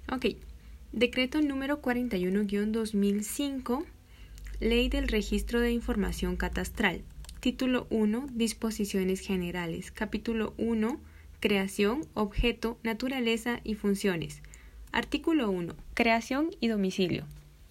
Ok, decreto número 41-2005, Ley del Registro de Información Catastral. Título 1, Disposiciones Generales. Capítulo 1, Creación, Objeto, Naturaleza y Funciones. Artículo 1, Creación y Domicilio.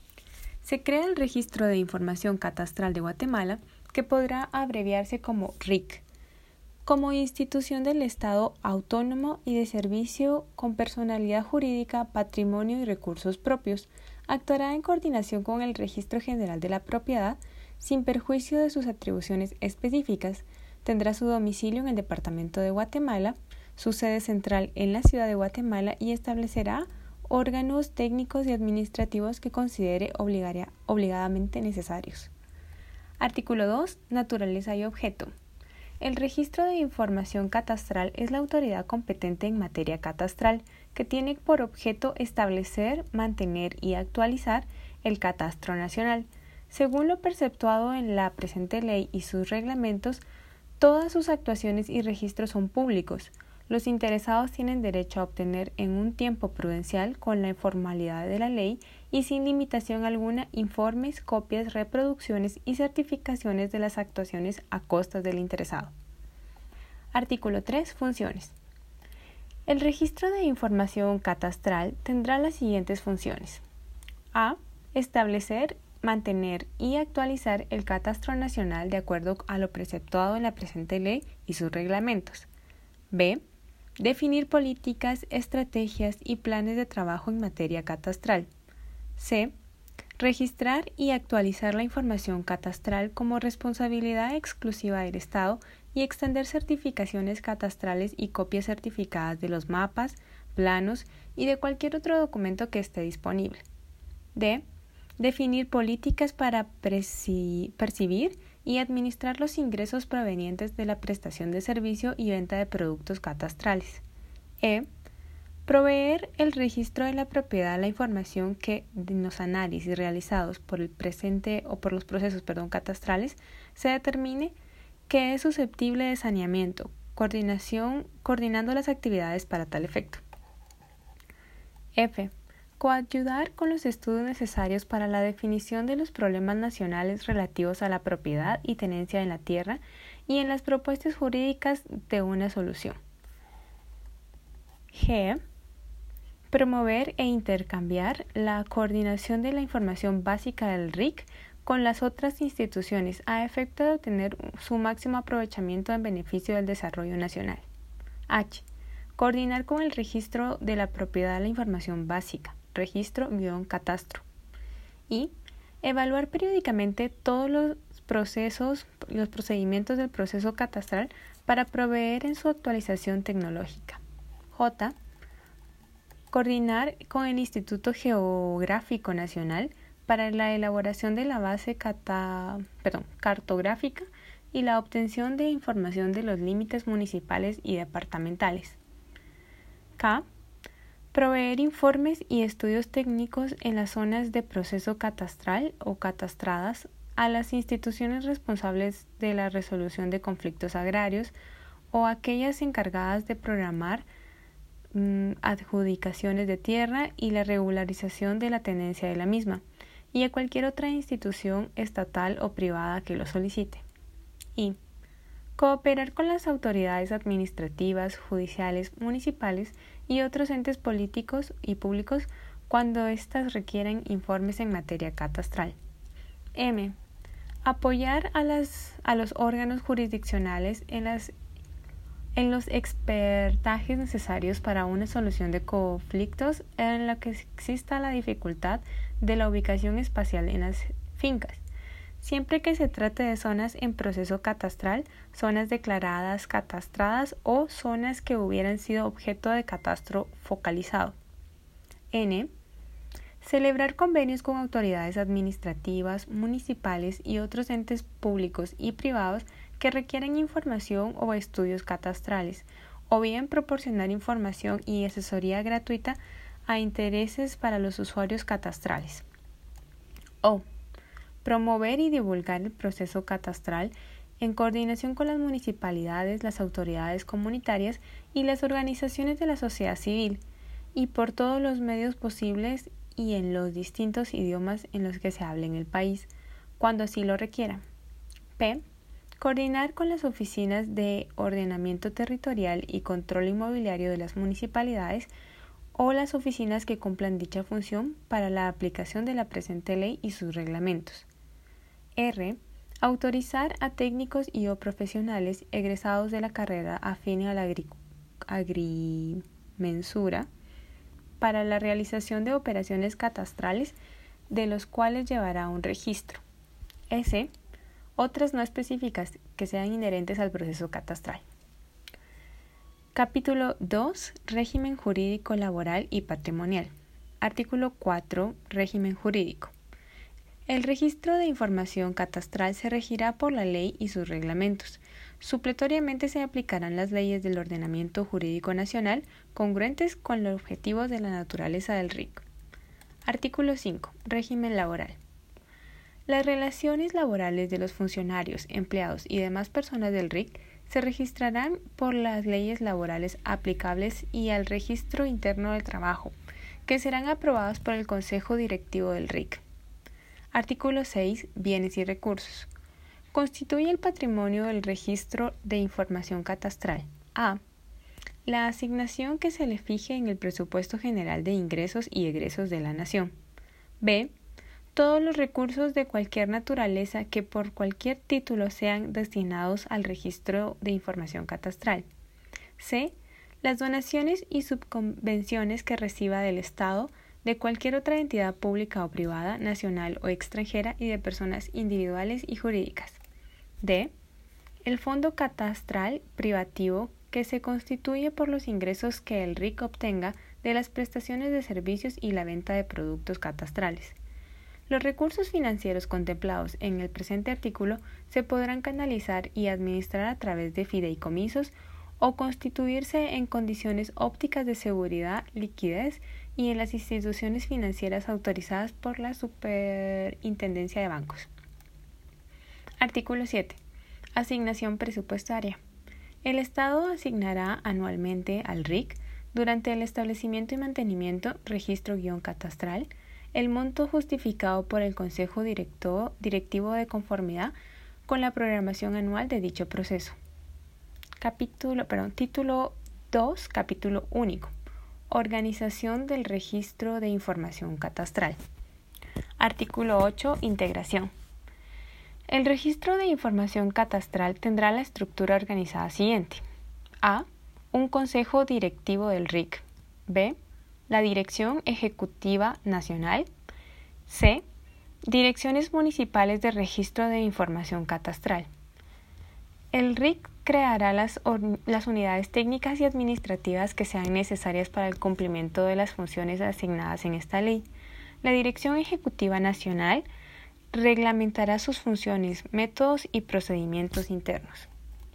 Se crea el Registro de Información Catastral de Guatemala, que podrá abreviarse como RIC, como institución del Estado autónomo y de servicio con personalidad jurídica, patrimonio y recursos propios. Actuará en coordinación con el Registro General de la Propiedad, sin perjuicio de sus atribuciones específicas. Tendrá su domicilio en el Departamento de Guatemala, su sede central en la Ciudad de Guatemala y establecerá órganos técnicos y administrativos que considere obligadamente necesarios. Artículo 2. Naturaleza y objeto. El Registro de Información Catastral es la autoridad competente en materia catastral, que tiene por objeto establecer, mantener y actualizar el catastro nacional. Según lo preceptuado en la presente ley y sus reglamentos, todas sus actuaciones y registros son públicos. Los interesados tienen derecho a obtener en un tiempo prudencial, con la informalidad de la ley y sin limitación alguna, informes, copias, reproducciones y certificaciones de las actuaciones a costas del interesado. Artículo 3. Funciones. El Registro de Información Catastral tendrá las siguientes funciones. A. Establecer, mantener y actualizar el catastro nacional de acuerdo a lo preceptuado en la presente ley y sus reglamentos. B. Definir políticas, estrategias y planes de trabajo en materia catastral. C. Registrar y actualizar la información catastral como responsabilidad exclusiva del Estado y extender certificaciones catastrales y copias certificadas de los mapas, planos y de cualquier otro documento que esté disponible. D. Definir políticas para percibir y administrar los ingresos provenientes de la prestación de servicio y venta de productos catastrales. E. Proveer el registro de la propiedad la información que en los análisis realizados por el presente o por los procesos catastrales se determine que es susceptible de saneamiento, coordinando las actividades para tal efecto. F. Coayudar con los estudios necesarios para la definición de los problemas nacionales relativos a la propiedad y tenencia en la tierra y en las propuestas jurídicas de una solución. G. Promover e intercambiar la coordinación de la información básica del RIC con las otras instituciones a efecto de obtener su máximo aprovechamiento en beneficio del desarrollo nacional. H. Coordinar con el registro de la propiedad la información básica, registro-catastro. Y evaluar periódicamente todos los procedimientos del proceso catastral para proveer en su actualización tecnológica. J. Coordinar con el Instituto Geográfico Nacional para la elaboración de la base cartográfica y la obtención de información de los límites municipales y departamentales. K. Proveer informes y estudios técnicos en las zonas de proceso catastral o catastradas a las instituciones responsables de la resolución de conflictos agrarios o aquellas encargadas de programar adjudicaciones de tierra y la regularización de la tenencia de la misma, y a cualquier otra institución estatal o privada que lo solicite. Y cooperar con las autoridades administrativas, judiciales, municipales y otros entes políticos y públicos cuando éstas requieren informes en materia catastral. M. Apoyar a los órganos jurisdiccionales en los expertajes necesarios para una solución de conflictos en la que exista la dificultad de la ubicación espacial en las fincas, siempre que se trate de zonas en proceso catastral, zonas declaradas catastradas o zonas que hubieran sido objeto de catastro focalizado. N. Celebrar convenios con autoridades administrativas, municipales y otros entes públicos y privados que requieren información o estudios catastrales, o bien proporcionar información y asesoría gratuita a intereses para los usuarios catastrales. O. Promover y divulgar el proceso catastral en coordinación con las municipalidades, las autoridades comunitarias y las organizaciones de la sociedad civil, y por todos los medios posibles y en los distintos idiomas en los que se hable en el país, cuando así lo requiera. P. Coordinar con las oficinas de ordenamiento territorial y control inmobiliario de las municipalidades o las oficinas que cumplan dicha función para la aplicación de la presente ley y sus reglamentos. R. Autorizar a técnicos y o profesionales egresados de la carrera afín a la agrimensura para la realización de operaciones catastrales de los cuales llevará un registro. S. Otras no específicas que sean inherentes al proceso catastral. Capítulo 2. Régimen jurídico laboral y patrimonial. Artículo 4. Régimen jurídico. El registro de información catastral se regirá por la ley y sus reglamentos. Supletoriamente se aplicarán las leyes del ordenamiento jurídico nacional congruentes con los objetivos de la naturaleza del RIC. Artículo 5. Régimen laboral. Las relaciones laborales de los funcionarios, empleados y demás personas del RIC se registrarán por las leyes laborales aplicables y al registro interno del trabajo, que serán aprobados por el Consejo Directivo del RIC. Artículo 6. Bienes y recursos. Constituye el patrimonio del registro de información catastral. A. La asignación que se le fije en el presupuesto general de ingresos y egresos de la Nación. B. Todos los recursos de cualquier naturaleza que por cualquier título sean destinados al registro de información catastral. C. Las donaciones y subconvenciones que reciba del Estado, de cualquier otra entidad pública o privada, nacional o extranjera y de personas individuales y jurídicas. D. El fondo catastral privativo que se constituye por los ingresos que el RIC obtenga de las prestaciones de servicios y la venta de productos catastrales. Los recursos financieros contemplados en el presente artículo se podrán canalizar y administrar a través de fideicomisos o constituirse en condiciones ópticas de seguridad, liquidez y en las instituciones financieras autorizadas por la Superintendencia de Bancos. Artículo 7. Asignación presupuestaria. El Estado asignará anualmente al RIC, durante el establecimiento y mantenimiento, registro-catastral, el monto justificado por el Consejo Directivo de conformidad con la programación anual de dicho proceso. Título 2, capítulo único. Organización del registro de información catastral. Artículo 8. Integración. El registro de información catastral tendrá la estructura organizada siguiente. A. Un Consejo Directivo del RIC. B. La Dirección Ejecutiva Nacional. C. Direcciones municipales de registro de información catastral. El RIC creará las unidades técnicas y administrativas que sean necesarias para el cumplimiento de las funciones asignadas en esta ley. La Dirección Ejecutiva Nacional reglamentará sus funciones, métodos y procedimientos internos.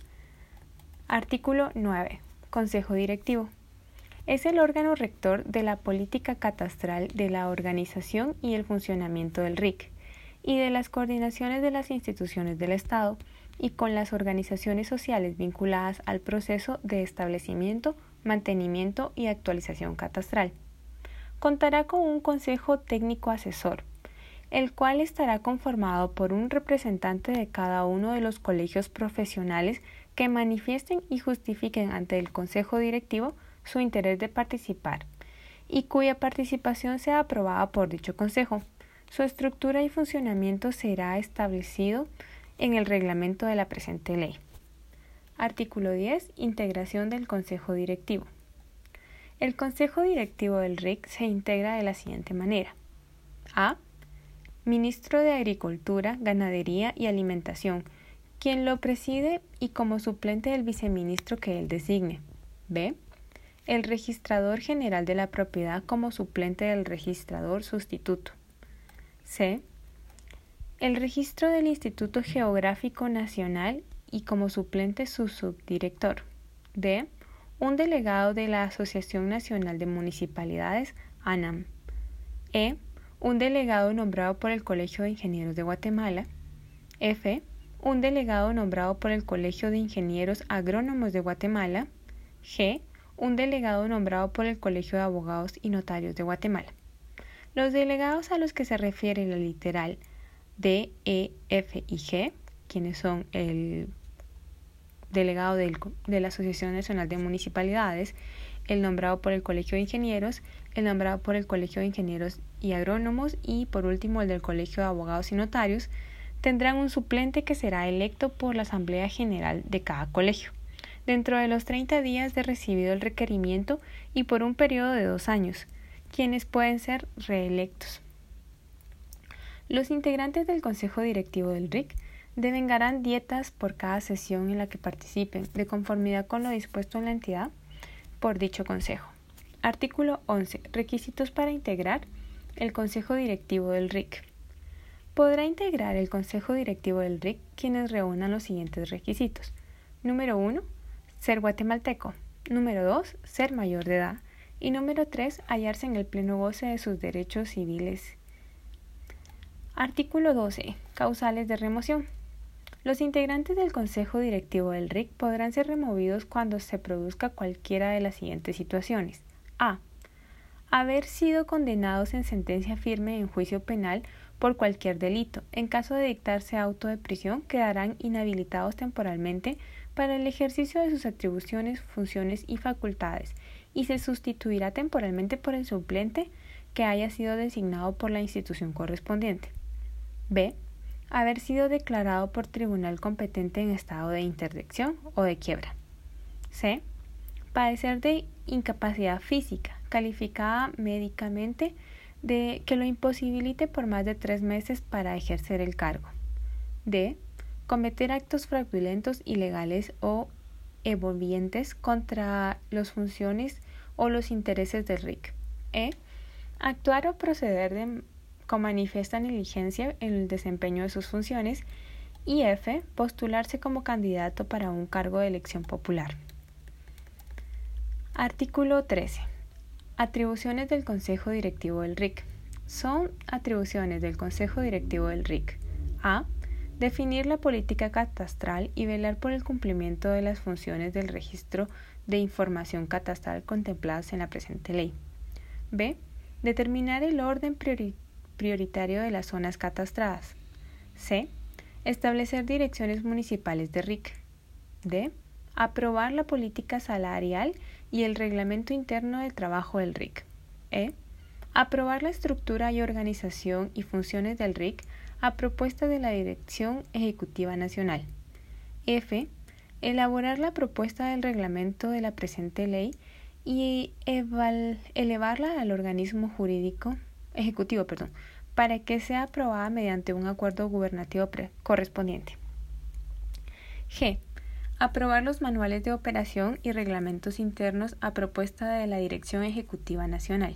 Artículo 9. Consejo Directivo. Es el órgano rector de la política catastral de la organización y el funcionamiento del RIC y de las coordinaciones de las instituciones del Estado y con las organizaciones sociales vinculadas al proceso de establecimiento, mantenimiento y actualización catastral. Contará con un consejo técnico asesor, el cual estará conformado por un representante de cada uno de los colegios profesionales que manifiesten y justifiquen ante el Consejo Directivo su interés de participar y cuya participación sea aprobada por dicho Consejo. Su estructura y funcionamiento será establecido en el reglamento de la presente ley. Artículo 10. Integración del Consejo Directivo. El Consejo Directivo del RIC se integra de la siguiente manera. A. Ministro de Agricultura, Ganadería y Alimentación, quien lo preside y como suplente del viceministro que él designe. B. El Registrador General de la Propiedad como suplente del registrador sustituto. C. El registro del Instituto Geográfico Nacional y como suplente su subdirector. D. Un delegado de la Asociación Nacional de Municipalidades, ANAM. E. Un delegado nombrado por el Colegio de Ingenieros de Guatemala. F. Un delegado nombrado por el Colegio de Ingenieros Agrónomos de Guatemala. G. un delegado nombrado por el Colegio de Abogados y Notarios de Guatemala. Los delegados a los que se refiere la literal D, E, F y G, quienes son el delegado de la Asociación Nacional de Municipalidades, el nombrado por el Colegio de Ingenieros, el nombrado por el Colegio de Ingenieros y Agrónomos y, por último, el del Colegio de Abogados y Notarios, tendrán un suplente que será electo por la Asamblea General de cada colegio, dentro de los 30 días de recibido el requerimiento y por un periodo de 2 años, quienes pueden ser reelectos. Los integrantes del Consejo Directivo del RIC devengarán dietas por cada sesión en la que participen, de conformidad con lo dispuesto en la entidad por dicho Consejo. Artículo 11. Requisitos para integrar el Consejo Directivo del RIC. Podrá integrar el Consejo Directivo del RIC quienes reúnan los siguientes requisitos. Número 1. Ser guatemalteco. Número 2. Ser mayor de edad. Y número 3. Hallarse en el pleno goce de sus derechos civiles. Artículo 12. Causales de remoción. Los integrantes del Consejo Directivo del RIC podrán ser removidos cuando se produzca cualquiera de las siguientes situaciones. A. Haber sido condenados en sentencia firme en juicio penal por cualquier delito. En caso de dictarse auto de prisión, quedarán inhabilitados temporalmente para el ejercicio de sus atribuciones, funciones y facultades, y se sustituirá temporalmente por el suplente que haya sido designado por la institución correspondiente. B. Haber sido declarado por tribunal competente en estado de interdicción o de quiebra. C. Padecer de incapacidad física, calificada médicamente, que lo imposibilite por más de 3 meses para ejercer el cargo. D. Cometer actos fraudulentos, ilegales o evolvientes contra las funciones o los intereses del RIC. E. Actuar o proceder con manifiesta negligencia en el desempeño de sus funciones. Y F. Postularse como candidato para un cargo de elección popular. Artículo 13. Atribuciones del Consejo Directivo del RIC. Son atribuciones del Consejo Directivo del RIC. A. Definir la política catastral y velar por el cumplimiento de las funciones del registro de información catastral contempladas en la presente ley. B. Determinar el orden prioritario de las zonas catastradas. C. Establecer direcciones municipales de RIC. D. Aprobar la política salarial y el reglamento interno de trabajo del RIC. E. Aprobar la estructura y organización y funciones del RIC a propuesta de la Dirección Ejecutiva Nacional. F. Elaborar la propuesta del reglamento de la presente ley y elevarla al organismo ejecutivo, para que sea aprobada mediante un acuerdo gubernativo correspondiente. G. Aprobar los manuales de operación y reglamentos internos a propuesta de la Dirección Ejecutiva Nacional.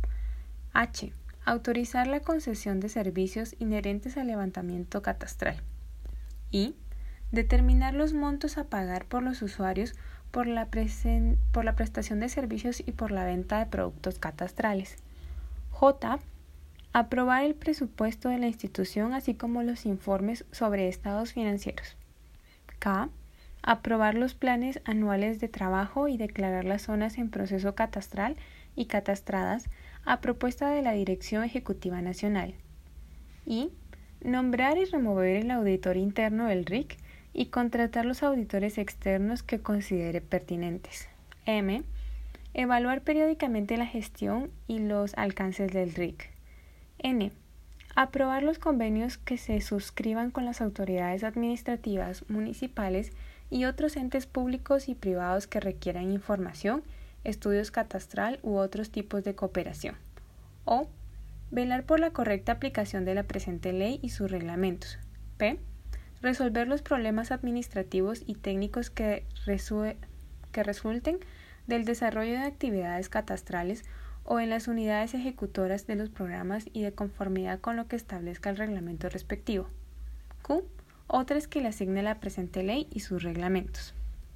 H. Autorizar la concesión de servicios inherentes al levantamiento catastral. I. Determinar los montos a pagar por los usuarios por la prestación de servicios y por la venta de productos catastrales. J. Aprobar el presupuesto de la institución así como los informes sobre estados financieros. K. Aprobar los planes anuales de trabajo y declarar las zonas en proceso catastral y catastradas a propuesta de la Dirección Ejecutiva Nacional. Y nombrar y remover el auditor interno del RIC y contratar los auditores externos que considere pertinentes. M. Evaluar periódicamente la gestión y los alcances del RIC. N. Aprobar los convenios que se suscriban con las autoridades administrativas municipales y otros entes públicos y privados que requieran información, estudios catastral u otros tipos de cooperación. O. Velar por la correcta aplicación de la presente ley y sus reglamentos. P. Resolver los problemas administrativos y técnicos que resulten del desarrollo de actividades catastrales o en las unidades ejecutoras de los programas y de conformidad con lo que establezca el reglamento respectivo. Q. Otras que le asigne la presente ley y sus reglamentos.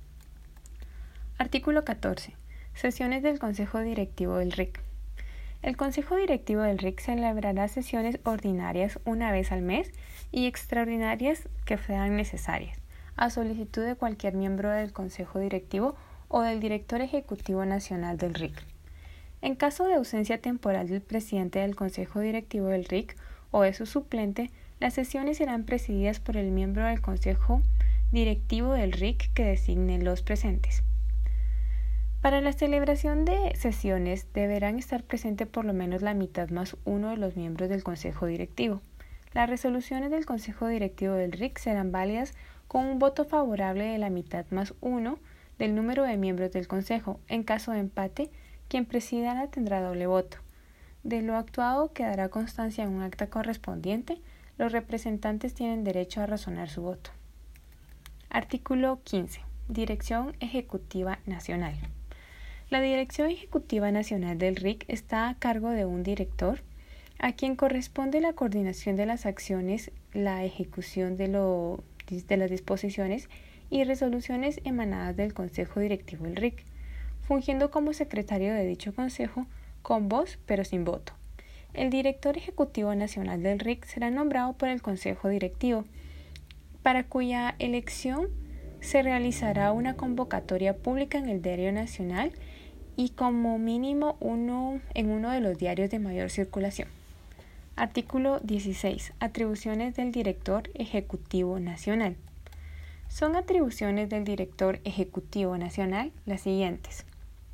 Artículo 14. Sesiones del Consejo Directivo del RIC. El Consejo Directivo del RIC celebrará sesiones ordinarias una vez al mes y extraordinarias que sean necesarias, a solicitud de cualquier miembro del Consejo Directivo o del director ejecutivo nacional del RIC. En caso de ausencia temporal del presidente del Consejo Directivo del RIC o de su suplente, las sesiones serán presididas por el miembro del Consejo Directivo del RIC que designe los presentes. Para la celebración de sesiones deberán estar presentes por lo menos la mitad más uno de los miembros del Consejo Directivo. Las resoluciones del Consejo Directivo del RIC serán válidas con un voto favorable de la mitad más uno del número de miembros del Consejo. En caso de empate, quien presidara tendrá doble voto. De lo actuado quedará constancia en un acta correspondiente. Los representantes tienen derecho a razonar su voto. Artículo 15. Dirección Ejecutiva Nacional. La Dirección Ejecutiva Nacional del RIC está a cargo de un director, a quien corresponde la coordinación de las acciones, la ejecución de las disposiciones y resoluciones emanadas del Consejo Directivo del RIC, fungiendo como secretario de dicho consejo con voz pero sin voto. El director ejecutivo nacional del RIC será nombrado por el Consejo Directivo, para cuya elección se realizará una convocatoria pública en el Diario Nacional y como mínimo en uno de los diarios de mayor circulación. Artículo 16. Atribuciones del Director Ejecutivo Nacional. Son atribuciones del Director Ejecutivo Nacional las siguientes.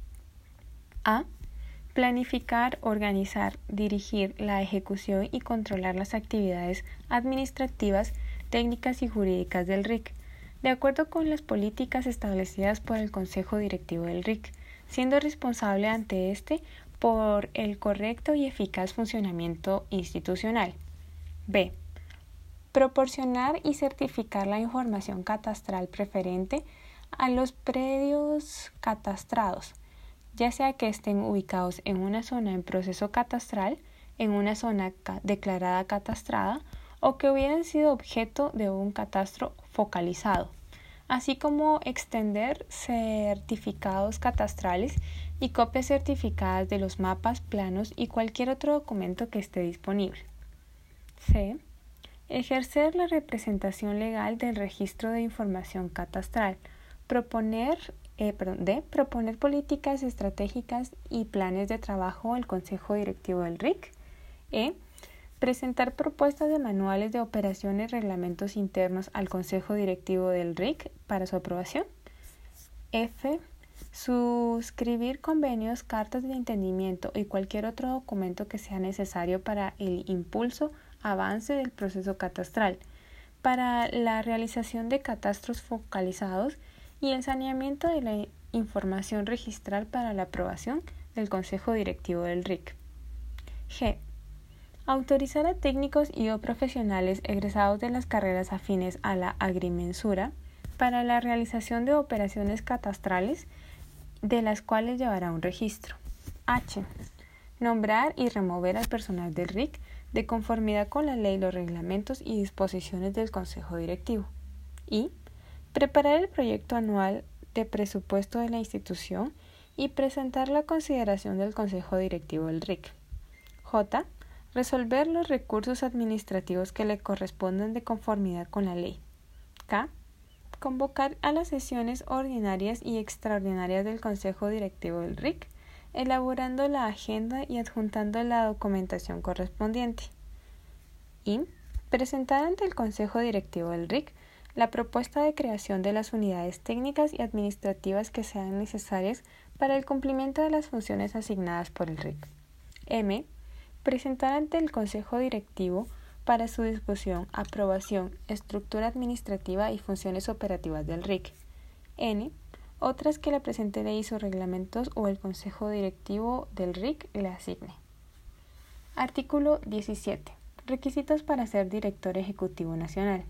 A. Planificar, organizar, dirigir la ejecución y controlar las actividades administrativas, técnicas y jurídicas del RIC, de acuerdo con las políticas establecidas por el Consejo Directivo del RIC, siendo responsable ante éste por el correcto y eficaz funcionamiento institucional. B. Proporcionar y certificar la información catastral preferente a los predios catastrados, ya sea que estén ubicados en una zona en proceso catastral, en una zona declarada catastrada o que hubieran sido objeto de un catastro focalizado, así como extender certificados catastrales y copias certificadas de los mapas, planos y cualquier otro documento que esté disponible. C. Ejercer la representación legal del registro de información catastral. D. Proponer políticas estratégicas y planes de trabajo al Consejo Directivo del RIC. E. Presentar propuestas de manuales de operaciones, reglamentos internos al Consejo Directivo del RIC para su aprobación. F. Suscribir convenios, cartas de entendimiento y cualquier otro documento que sea necesario para el impulso, avance del proceso catastral, para la realización de catastros focalizados y el saneamiento de la información registral para la aprobación del Consejo Directivo del RIC. G. Autorizar a técnicos y o profesionales egresados de las carreras afines a la agrimensura para la realización de operaciones catastrales de las cuales llevará un registro. H. Nombrar y remover al personal del RIC de conformidad con la ley, los reglamentos y disposiciones del Consejo Directivo. I. Preparar el proyecto anual de presupuesto de la institución y presentar la consideración del Consejo Directivo del RIC. J. Resolver los recursos administrativos que le correspondan de conformidad con la ley. K. Convocar a las sesiones ordinarias y extraordinarias del Consejo Directivo del RIC, elaborando la agenda y adjuntando la documentación correspondiente. Y presentar ante el Consejo Directivo del RIC la propuesta de creación de las unidades técnicas y administrativas que sean necesarias para el cumplimiento de las funciones asignadas por el RIC. M. Presentar ante el Consejo Directivo para su discusión, aprobación, estructura administrativa y funciones operativas del RIC. N. Otras que la presente ley y sus reglamentos o el Consejo Directivo del RIC le asigne. Artículo 17. Requisitos para ser Director Ejecutivo Nacional.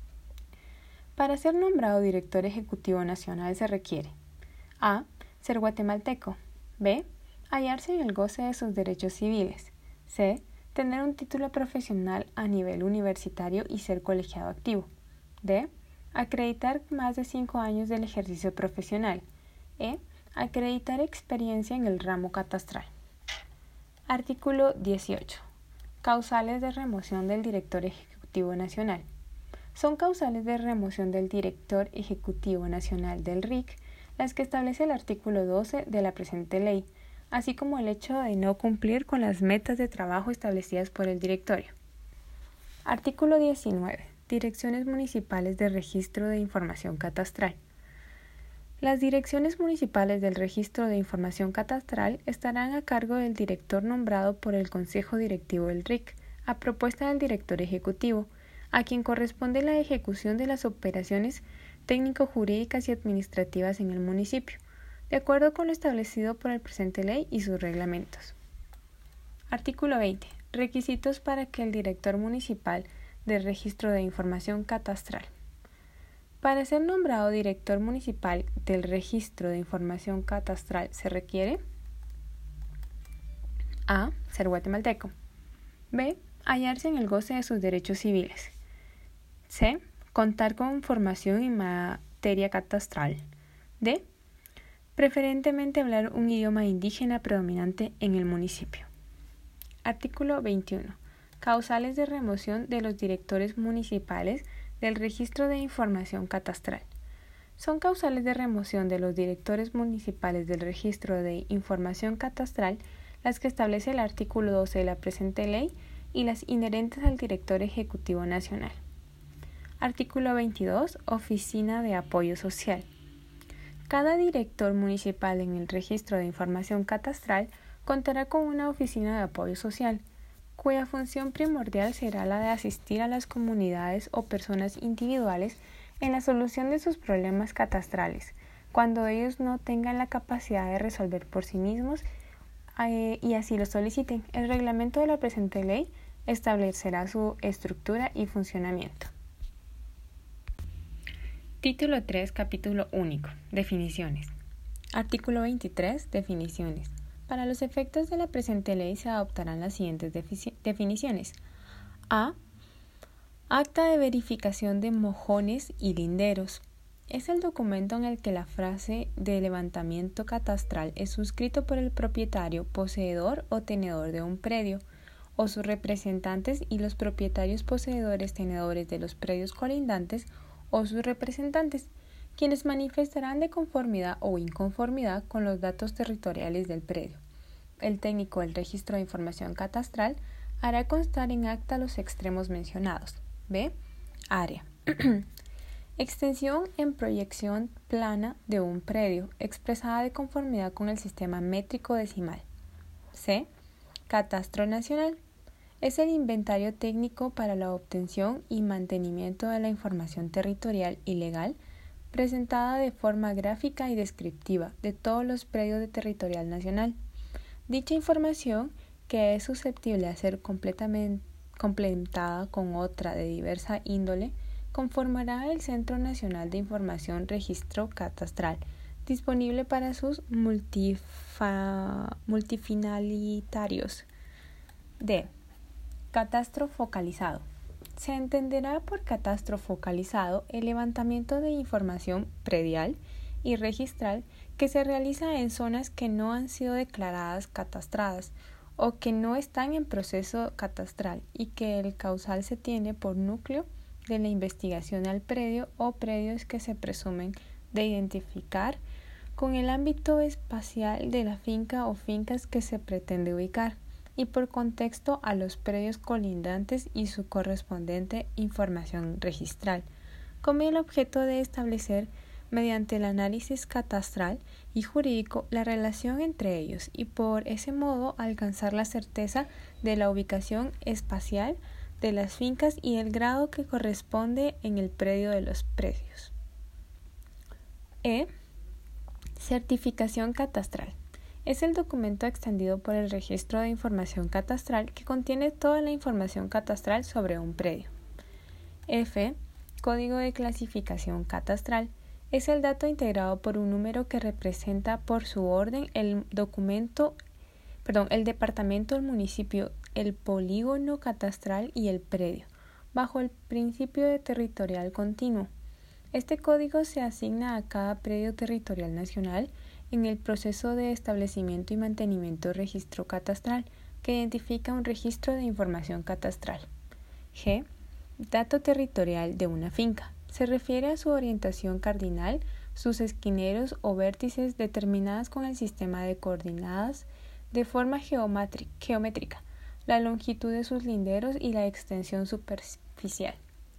Para ser nombrado Director Ejecutivo Nacional se requiere: A. Ser guatemalteco. B. Hallarse en el goce de sus derechos civiles. C. Tener un título profesional a nivel universitario y ser colegiado activo. D. Acreditar más de 5 años del ejercicio profesional. E. Acreditar experiencia en el ramo catastral. Artículo 18. Causales de remoción del Director Ejecutivo Nacional. Son causales de remoción del Director Ejecutivo Nacional del RIC las que establece el artículo 12 de la presente ley, así como el hecho de no cumplir con las metas de trabajo establecidas por el directorio. Artículo 19. Direcciones municipales de registro de información catastral. Las direcciones municipales del registro de información catastral estarán a cargo del director nombrado por el Consejo Directivo del RIC, a propuesta del director ejecutivo, a quien corresponde la ejecución de las operaciones técnico-jurídicas y administrativas en el municipio, de acuerdo con lo establecido por el presente ley y sus reglamentos. Artículo 20. Requisitos para que el director municipal del registro de información catastral. Para ser nombrado director municipal del registro de información catastral se requiere: A. Ser guatemalteco. B. Hallarse en el goce de sus derechos civiles. C. Contar con formación en materia catastral. D. Preferentemente hablar un idioma indígena predominante en el municipio. Artículo 21. Causales de remoción de los directores municipales del registro de información catastral. Son causales de remoción de los directores municipales del registro de información catastral las que establece el artículo 12 de la presente ley y las inherentes al director ejecutivo nacional. Artículo 22. Oficina de apoyo social. Cada director municipal en el registro de información catastral contará con una oficina de apoyo social, cuya función primordial será la de asistir a las comunidades o personas individuales en la solución de sus problemas catastrales, cuando ellos no tengan la capacidad de resolver por sí mismos y así lo soliciten. El reglamento de la presente ley establecerá su estructura y funcionamiento. Título 3, capítulo único. Definiciones. Artículo 23. Definiciones. Para los efectos de la presente ley se adoptarán las siguientes definiciones. A. Acta de verificación de mojones y linderos. Es el documento en el que la frase de levantamiento catastral es suscrito por el propietario, poseedor o tenedor de un predio, o sus representantes y los propietarios, poseedores, tenedores de los predios colindantes o sus representantes, quienes manifestarán de conformidad o inconformidad con los datos territoriales del predio. El técnico del registro de información catastral hará constar en acta los extremos mencionados. B. Área. Extensión en proyección plana de un predio, expresada de conformidad con el sistema métrico decimal. C. Catastro nacional. Es el inventario técnico para la obtención y mantenimiento de la información territorial y legal presentada de forma gráfica y descriptiva de todos los predios de territorial nacional. Dicha información, que es susceptible de ser complementada con otra de diversa índole, conformará el Centro Nacional de Información Registro Catastral, disponible para sus multifinalitarios. D. Catastro focalizado. Se entenderá por catastro focalizado el levantamiento de información predial y registral que se realiza en zonas que no han sido declaradas catastradas o que no están en proceso catastral y que el causal se tiene por núcleo de la investigación al predio o predios que se presumen de identificar con el ámbito espacial de la finca o fincas que se pretende ubicar, y por contexto a los predios colindantes y su correspondiente información registral, con el objeto de establecer, mediante el análisis catastral y jurídico, la relación entre ellos y por ese modo alcanzar la certeza de la ubicación espacial de las fincas y el grado que corresponde en el predio de los predios. E. Certificación catastral. Es el documento extendido por el registro de información catastral que contiene toda la información catastral sobre un predio. F. Código de clasificación catastral. Es el dato integrado por un número que representa por su orden el departamento, el municipio, el polígono catastral y el predio, bajo el principio de territorial continuo. Este código se asigna a cada predio territorial nacional en el proceso de establecimiento y mantenimiento de registro catastral, que identifica un registro de información catastral. G. Dato territorial de una finca. Se refiere a su orientación cardinal sus esquineros o vértices determinadas con el sistema de coordenadas de forma geométrica, la longitud de sus linderos y la extensión superficial.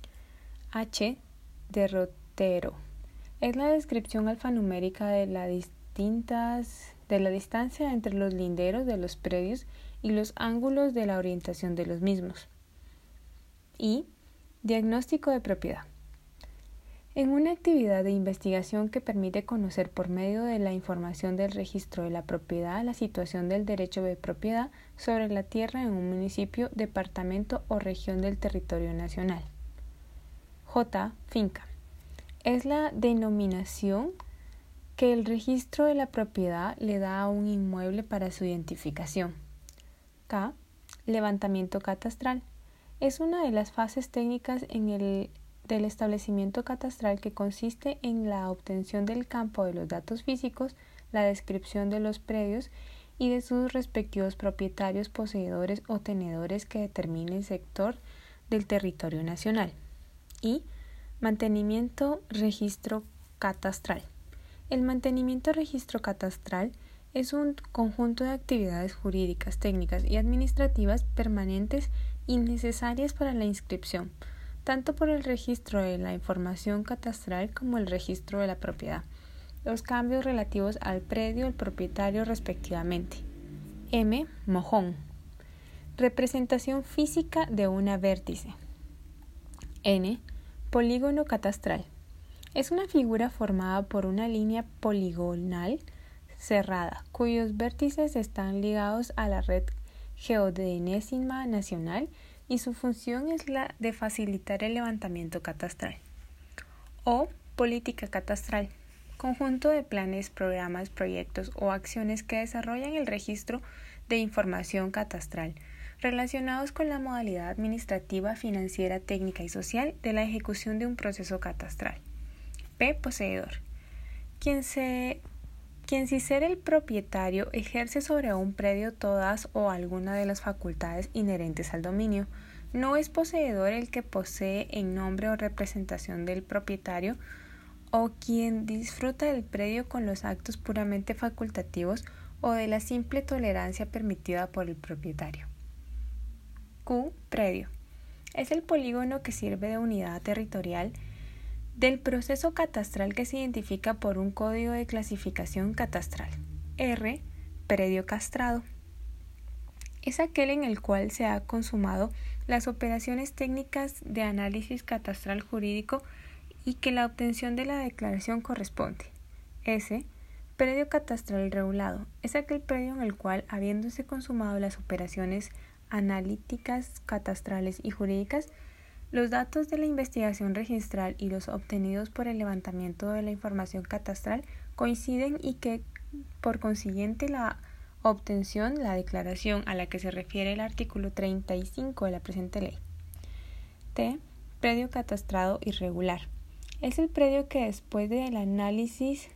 H. Derrotero. Es la descripción alfanumérica de la distancia entre los linderos de los predios y los ángulos de la orientación de los mismos. Y diagnóstico de propiedad. En una actividad de investigación que permite conocer por medio de la información del registro de la propiedad la situación del derecho de propiedad sobre la tierra en un municipio, departamento o región del territorio nacional. J. Finca. Es la denominación que el registro de la propiedad le da a un inmueble para su identificación. K. Levantamiento catastral. Es una de las fases técnicas del establecimiento catastral que consiste en la obtención del campo de los datos físicos, la descripción de los predios y de sus respectivos propietarios, poseedores o tenedores que determine el sector del territorio nacional. Y mantenimiento registro catastral. El mantenimiento registro catastral es un conjunto de actividades jurídicas, técnicas y administrativas permanentes y necesarias para la inscripción, tanto por el registro de la información catastral como el registro de la propiedad, los cambios relativos al predio, el propietario respectivamente. M. Mojón. Representación física de una vértice. N. Polígono catastral. Es una figura formada por una línea poligonal cerrada, cuyos vértices están ligados a la red geodésima nacional y su función es la de facilitar el levantamiento catastral. O política catastral. Conjunto de planes, programas, proyectos o acciones que desarrollan el registro de información catastral, relacionados con la modalidad administrativa, financiera, técnica y social de la ejecución de un proceso catastral. P. Poseedor. Quien sin ser el propietario ejerce sobre un predio todas o alguna de las facultades inherentes al dominio. No es poseedor el que posee en nombre o representación del propietario o quien disfruta del predio con los actos puramente facultativos o de la simple tolerancia permitida por el propietario. Q. Predio. Es el polígono que sirve de unidad territorial del proceso catastral que se identifica por un código de clasificación catastral. R. Predio castrado. Es aquel en el cual se ha consumado las operaciones técnicas de análisis catastral jurídico y que la obtención de la declaración corresponde. S. Predio catastral regulado. Es aquel predio en el cual, habiéndose consumado las operaciones analíticas, catastrales y jurídicas, los datos de la investigación registral y los obtenidos por el levantamiento de la información catastral coinciden y que, por consiguiente, la obtención, la declaración a la que se refiere el artículo 35 de la presente ley. T. Predio catastrado irregular. Es el predio que después del análisis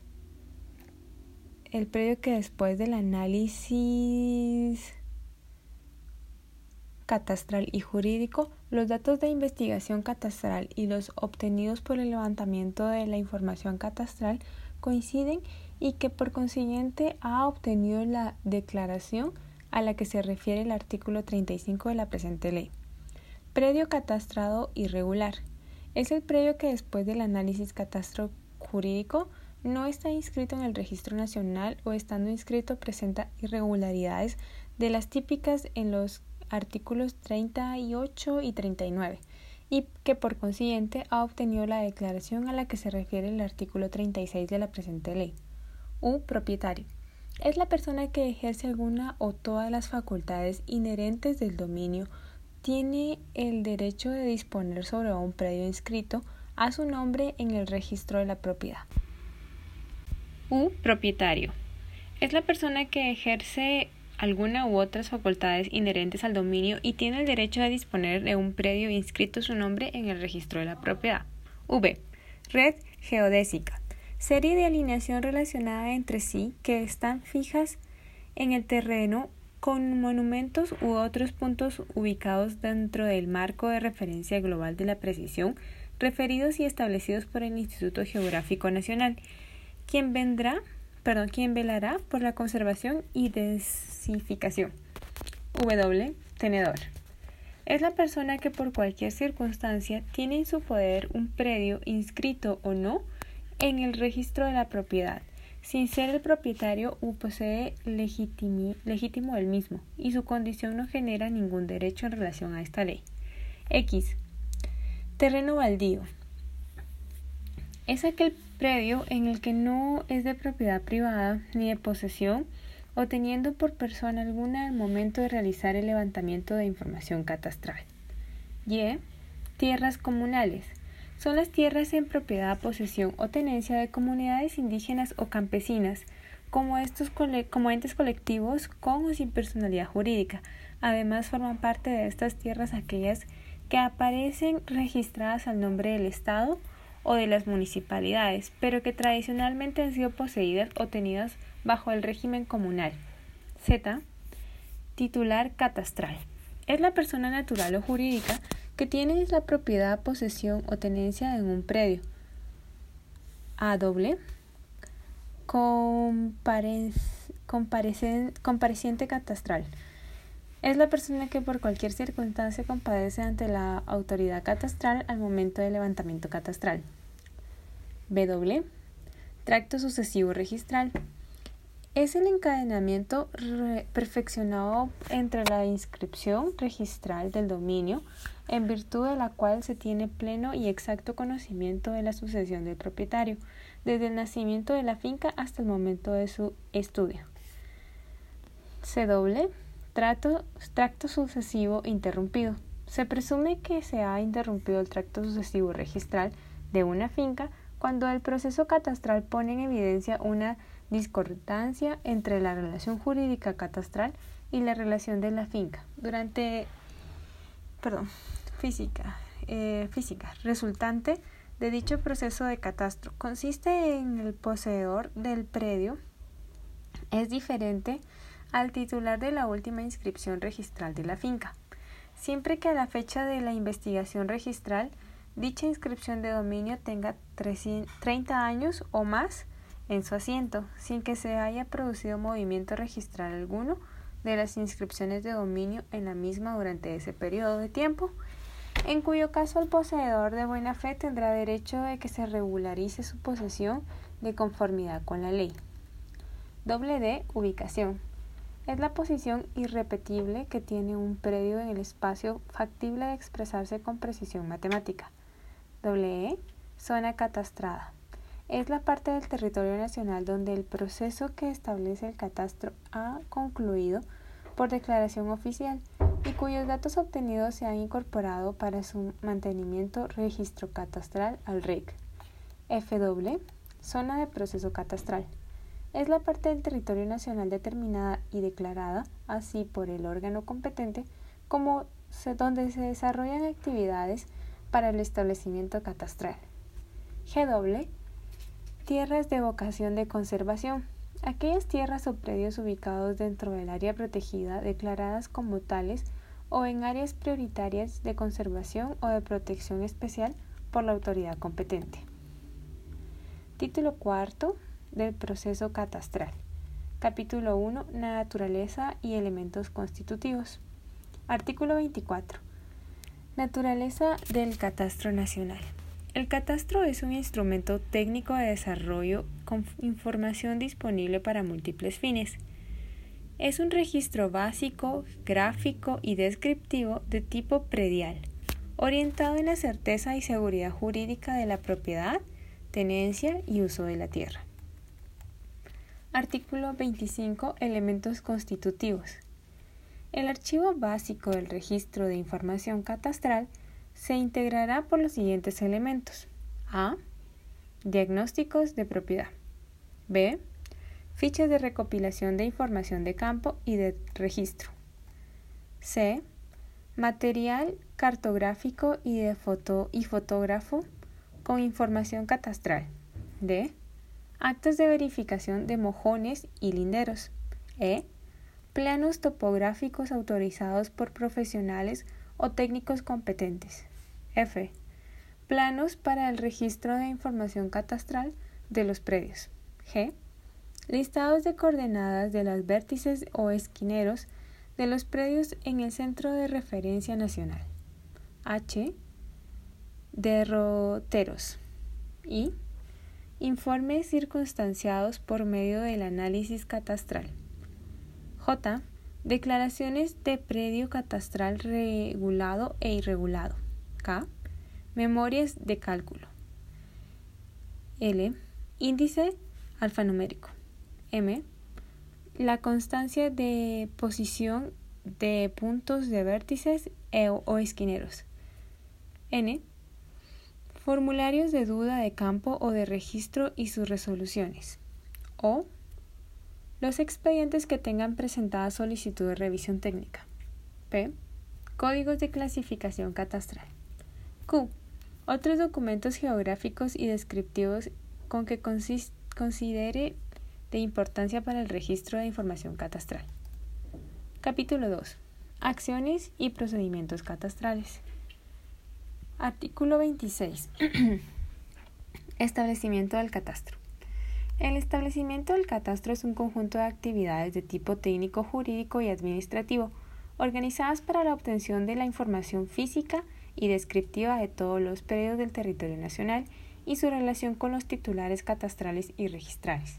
catastral y jurídico, los datos de investigación catastral y los obtenidos por el levantamiento de la información catastral coinciden y que por consiguiente ha obtenido la declaración a la que se refiere el artículo 35 de la presente ley. Predio catastrado irregular. Es el predio que después del análisis catastro jurídico no está inscrito en el registro nacional o estando inscrito presenta irregularidades de las típicas en los artículos 38 y 39 y que por consiguiente ha obtenido la declaración a la que se refiere el artículo 36 de la presente ley. U. Propietario. Es la persona que ejerce alguna o todas las facultades inherentes del dominio, tiene el derecho de disponer sobre un predio inscrito a su nombre en el registro de la propiedad. U. Propietario. Es la persona que ejerce alguna u otras facultades inherentes al dominio y tiene el derecho de disponer de un predio inscrito a su nombre en el registro de la propiedad. V. Red geodésica. Serie de alineación relacionada entre sí que están fijas en el terreno con monumentos u otros puntos ubicados dentro del marco de referencia global de la precisión referidos y establecidos por el Instituto Geográfico Nacional quien velará por la conservación y desificación. W. Tenedor. Es la persona que por cualquier circunstancia tiene en su poder un predio inscrito o no en el registro de la propiedad, sin ser el propietario u posee legítimo el mismo, y su condición no genera ningún derecho en relación a esta ley. X. Terreno baldío. Es aquel predio en el que no es de propiedad privada ni de posesión o teniendo por persona alguna al momento de realizar el levantamiento de información catastral. Y. Tierras comunales. Son las tierras en propiedad, posesión o tenencia de comunidades indígenas o campesinas, como entes colectivos con o sin personalidad jurídica. Además, forman parte de estas tierras aquellas que aparecen registradas al nombre del Estado o de las municipalidades, pero que tradicionalmente han sido poseídas o tenidas bajo el régimen comunal. Z. Titular catastral. Es la persona natural o jurídica que tiene la propiedad, posesión o tenencia en un predio. A. Compareciente catastral. Es la persona que por cualquier circunstancia comparece ante la autoridad catastral al momento del levantamiento catastral. B. Tracto sucesivo registral. Es el encadenamiento perfeccionado entre la inscripción registral del dominio, en virtud de la cual se tiene pleno y exacto conocimiento de la sucesión del propietario, desde el nacimiento de la finca hasta el momento de su estudio. C. Tracto sucesivo interrumpido. Se presume que se ha interrumpido el tracto sucesivo registral de una finca cuando el proceso catastral pone en evidencia una discordancia entre la relación jurídica catastral y la relación de la finca física resultante de dicho proceso de catastro. Consiste en el poseedor del predio es diferente al titular de la última inscripción registral de la finca, siempre que a la fecha de la investigación registral dicha inscripción de dominio tenga 30 años o más en su asiento, sin que se haya producido movimiento registral alguno de las inscripciones de dominio en la misma durante ese periodo de tiempo, en cuyo caso el poseedor de buena fe tendrá derecho de que se regularice su posesión de conformidad con la ley. D. Ubicación. Es la posición irrepetible que tiene un predio en el espacio factible de expresarse con precisión matemática. E. Zona catastrada. Es la parte del territorio nacional donde el proceso que establece el catastro ha concluido por declaración oficial y cuyos datos obtenidos se han incorporado para su mantenimiento registro catastral al REC. F. Zona de proceso catastral. Es la parte del territorio nacional determinada y declarada así por el órgano competente como donde se desarrollan actividades para el establecimiento catastral. G. Tierras de vocación de conservación. Aquellas tierras o predios ubicados dentro del área protegida declaradas como tales o en áreas prioritarias de conservación o de protección especial por la autoridad competente. Título cuarto del proceso catastral. Capítulo 1. Naturaleza y elementos constitutivos. Artículo 24. Naturaleza del catastro nacional. El catastro es un instrumento técnico de desarrollo con información disponible para múltiples fines. Es un registro básico, gráfico y descriptivo de tipo predial, orientado en la certeza y seguridad jurídica de la propiedad, tenencia y uso de la tierra. Artículo 25. Elementos constitutivos. El archivo básico del registro de información catastral se integrará por los siguientes elementos. A. Diagnósticos de propiedad. B. Fichas de recopilación de información de campo y de registro. C. Material cartográfico y fotógrafo con información catastral. D. Actos de verificación de mojones y linderos. E. Planos topográficos autorizados por profesionales o técnicos competentes. F. Planos para el registro de información catastral de los predios. G. Listados de coordenadas de los vértices o esquineros de los predios en el centro de referencia nacional. H. Derroteros. I. Informes circunstanciados por medio del análisis catastral. J. Declaraciones de predio catastral regulado e irregulado. K. Memorias de cálculo. L. Índice alfanumérico. M. La constancia de posición de puntos de vértices o esquineros. N. Formularios de duda de campo o de registro y sus resoluciones. O. Los expedientes que tengan presentada solicitud de revisión técnica. P. Códigos de clasificación catastral. Q. Otros documentos geográficos y descriptivos con que considere de importancia para el registro de información catastral. Capítulo 2. Acciones y procedimientos catastrales. Artículo 26. Establecimiento del catastro. El establecimiento del catastro es un conjunto de actividades de tipo técnico, jurídico y administrativo, organizadas para la obtención de la información física y descriptiva de todos los predios del territorio nacional y su relación con los titulares catastrales y registrales.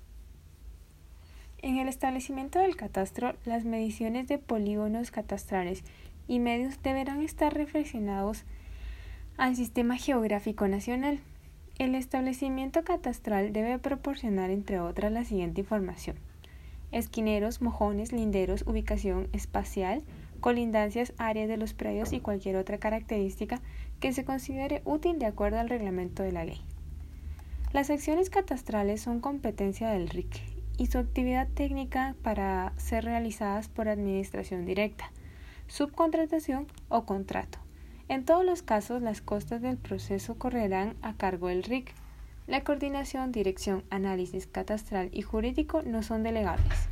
En el establecimiento del catastro, las mediciones de polígonos catastrales y medios deberán estar reflexionados al Sistema Geográfico Nacional. El establecimiento catastral debe proporcionar, entre otras, la siguiente información: esquineros, mojones, linderos, ubicación espacial, colindancias, áreas de los predios y cualquier otra característica que se considere útil de acuerdo al reglamento de la ley. Las acciones catastrales son competencia del RIC y su actividad técnica para ser realizadas por administración directa, subcontratación o contrato. En todos los casos, las costas del proceso correrán a cargo del RIC. La coordinación, dirección, análisis catastral y jurídico no son delegables.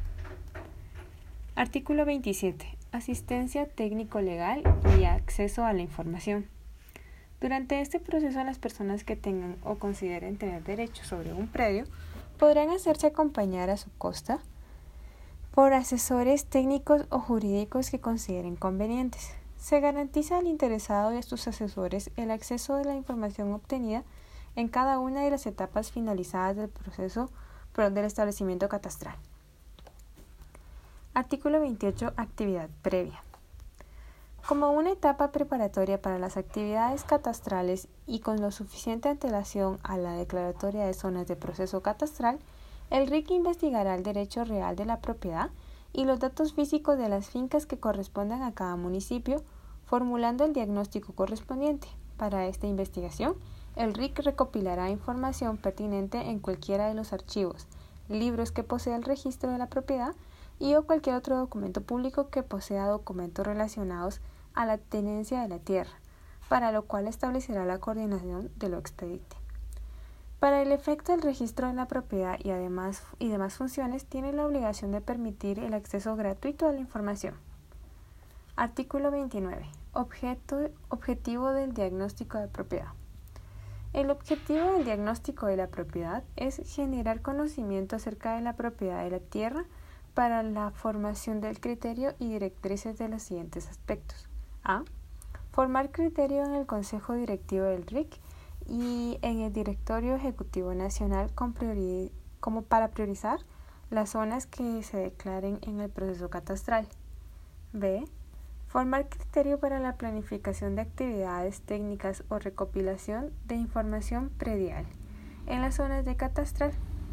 Artículo 27. Asistencia técnico-legal y acceso a la información. Durante este proceso, las personas que tengan o consideren tener derecho sobre un predio podrán hacerse acompañar a su costa por asesores técnicos o jurídicos que consideren convenientes. Se garantiza al interesado y a sus asesores el acceso de la información obtenida en cada una de las etapas finalizadas del proceso del establecimiento catastral. Artículo 28. Actividad previa. Como una etapa preparatoria para las actividades catastrales y con lo suficiente antelación a la declaratoria de zonas de proceso catastral, el RIC investigará el derecho real de la propiedad y los datos físicos de las fincas que correspondan a cada municipio, formulando el diagnóstico correspondiente. Para esta investigación, el RIC recopilará información pertinente en cualquiera de los archivos, libros que posea el registro de la propiedad y o cualquier otro documento público que posea documentos relacionados a la tenencia de la tierra, para lo cual establecerá la coordinación de lo expediente. Para el efecto del registro de la propiedad y demás funciones, tiene la obligación de permitir el acceso gratuito a la información. Artículo 29. Objetivo del diagnóstico de propiedad. El objetivo del diagnóstico de la propiedad es generar conocimiento acerca de la propiedad de la tierra para la formación del criterio y directrices de los siguientes aspectos. A. Formar criterio en el Consejo Directivo del RIC y en el Directorio Ejecutivo Nacional como para priorizar las zonas que se declaren en el proceso catastral. B. Formar criterio para la planificación de actividades técnicas o recopilación de información predial en las zonas de catastral.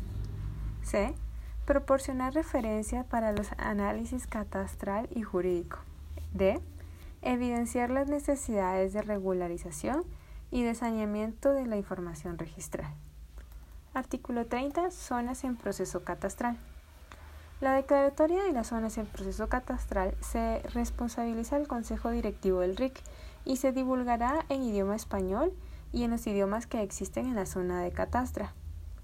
C. Proporcionar referencia para los análisis catastral y jurídico. D. Evidenciar las necesidades de regularización y de saneamiento de la información registral. Artículo 30. Zonas en proceso catastral. La declaratoria de las zonas en proceso catastral se responsabiliza al Consejo Directivo del RIC y se divulgará en idioma español y en los idiomas que existen en la zona de catastra.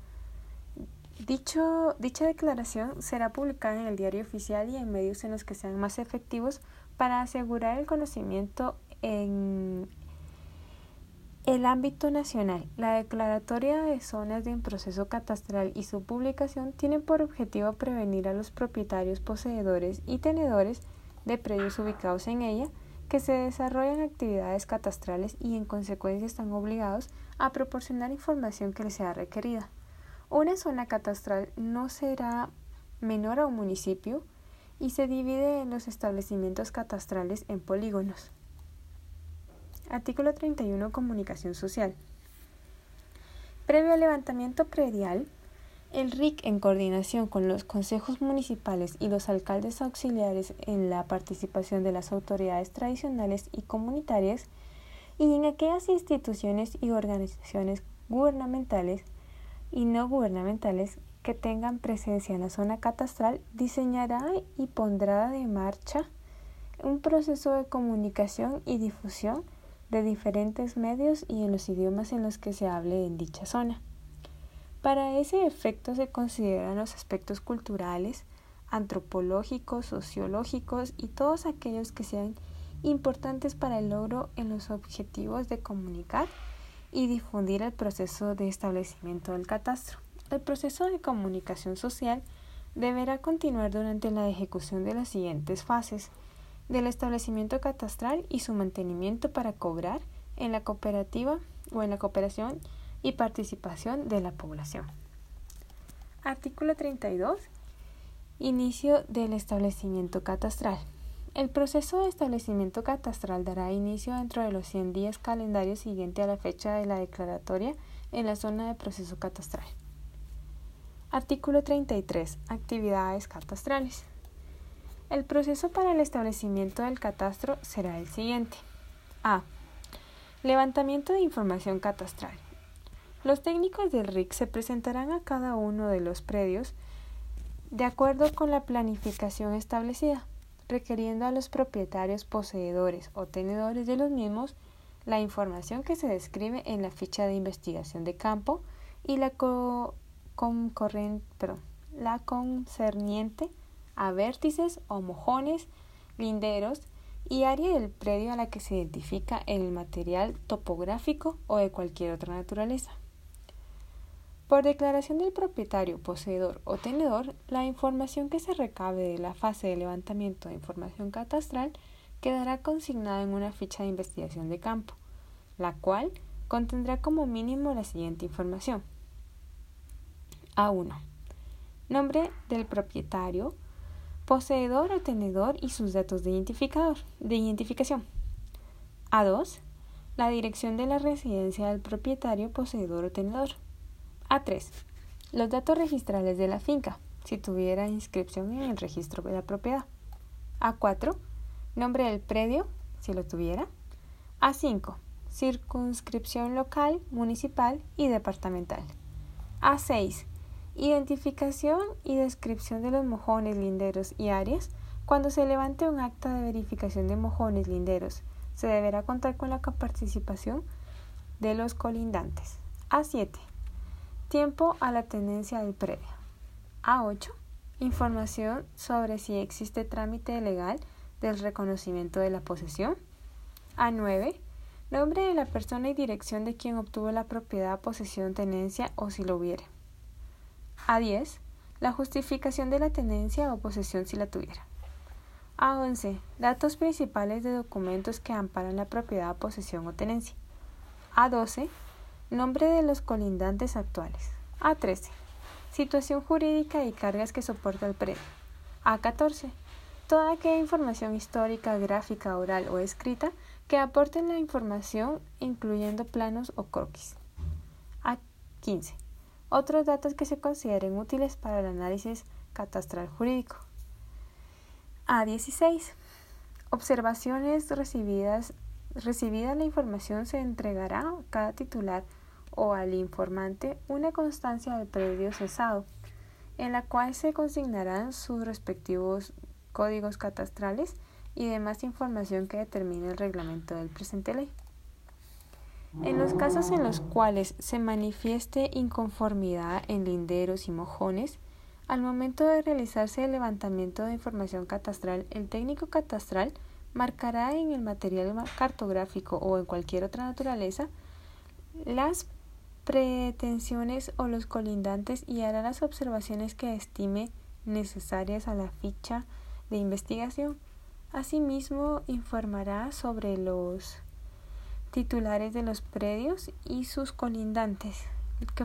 Dicha declaración será publicada en el Diario Oficial y en medios en los que sean más efectivos para asegurar el conocimiento en El ámbito nacional. La declaratoria de zonas en proceso catastral y su publicación tienen por objetivo prevenir a los propietarios, poseedores y tenedores de predios ubicados en ella que se desarrollan actividades catastrales y en consecuencia están obligados a proporcionar información que les sea requerida. Una zona catastral no será menor a un municipio y se divide en los establecimientos catastrales en polígonos. Artículo 31. Comunicación social. Previo al levantamiento predial, el RIC, en coordinación con los consejos municipales y los alcaldes auxiliares en la participación de las autoridades tradicionales y comunitarias, y en aquellas instituciones y organizaciones gubernamentales y no gubernamentales que tengan presencia en la zona catastral, diseñará y pondrá de marcha un proceso de comunicación y difusión de diferentes medios y en los idiomas en los que se hable en dicha zona. Para ese efecto se consideran los aspectos culturales, antropológicos, sociológicos y todos aquellos que sean importantes para el logro en los objetivos de comunicar y difundir el proceso de establecimiento del catastro. El proceso de comunicación social deberá continuar durante la ejecución de las siguientes fases del establecimiento catastral y su mantenimiento para cobrar en la cooperativa o en la cooperación y participación de la población. Artículo 32. Inicio del establecimiento catastral. El proceso de establecimiento catastral dará inicio dentro de los 100 días calendarios siguiente a la fecha de la declaratoria en la zona de proceso catastral. Artículo 33. Actividades catastrales. El proceso para el establecimiento del catastro será el siguiente. A. Levantamiento de información catastral. Los técnicos del RIC se presentarán a cada uno de los predios de acuerdo con la planificación establecida, requiriendo a los propietarios, poseedores o tenedores de los mismos la información que se describe en la ficha de investigación de campo y la concerniente a vértices o mojones, linderos y área del predio a la que se identifica en el material topográfico o de cualquier otra naturaleza. Por declaración del propietario, poseedor o tenedor, la información que se recabe de la fase de levantamiento de información catastral quedará consignada en una ficha de investigación de campo, la cual contendrá como mínimo la siguiente información. A1. Nombre del propietario, poseedor o tenedor y sus datos de identificación. A2. La dirección de la residencia del propietario, poseedor o tenedor. A3. Los datos registrales de la finca, si tuviera inscripción en el registro de la propiedad. A4. Nombre del predio, si lo tuviera. A5. Circunscripción local, municipal y departamental. A6. Identificación y descripción de los mojones, linderos y áreas. Cuando se levante un acta de verificación de mojones, linderos, se deberá contar con la participación de los colindantes. A7. Tiempo a la tenencia del predio. A8. Información sobre si existe trámite legal del reconocimiento de la posesión. A9. Nombre de la persona y dirección de quien obtuvo la propiedad, posesión, tenencia o si lo hubiere. A10. La justificación de la tenencia o posesión si la tuviera. A11. Datos principales de documentos que amparan la propiedad, posesión o tenencia. A12. Nombre de los colindantes actuales. A13. Situación jurídica y cargas que soporta el predio. A14. Toda aquella información histórica, gráfica, oral o escrita que aporten la información, incluyendo planos o croquis. A15. Otros datos que se consideren útiles para el análisis catastral jurídico. A16. Observaciones recibidas. Recibida la información, se entregará a cada titular o al informante una constancia del predio cesado, en la cual se consignarán sus respectivos códigos catastrales y demás información que determine el reglamento del presente ley. En los casos en los cuales se manifieste inconformidad en linderos y mojones, al momento de realizarse el levantamiento de información catastral, el técnico catastral marcará en el material cartográfico o en cualquier otra naturaleza las pretensiones o los colindantes y hará las observaciones que estime necesarias a la ficha de investigación. Asimismo, informará sobre los titulares de los predios y sus colindantes, que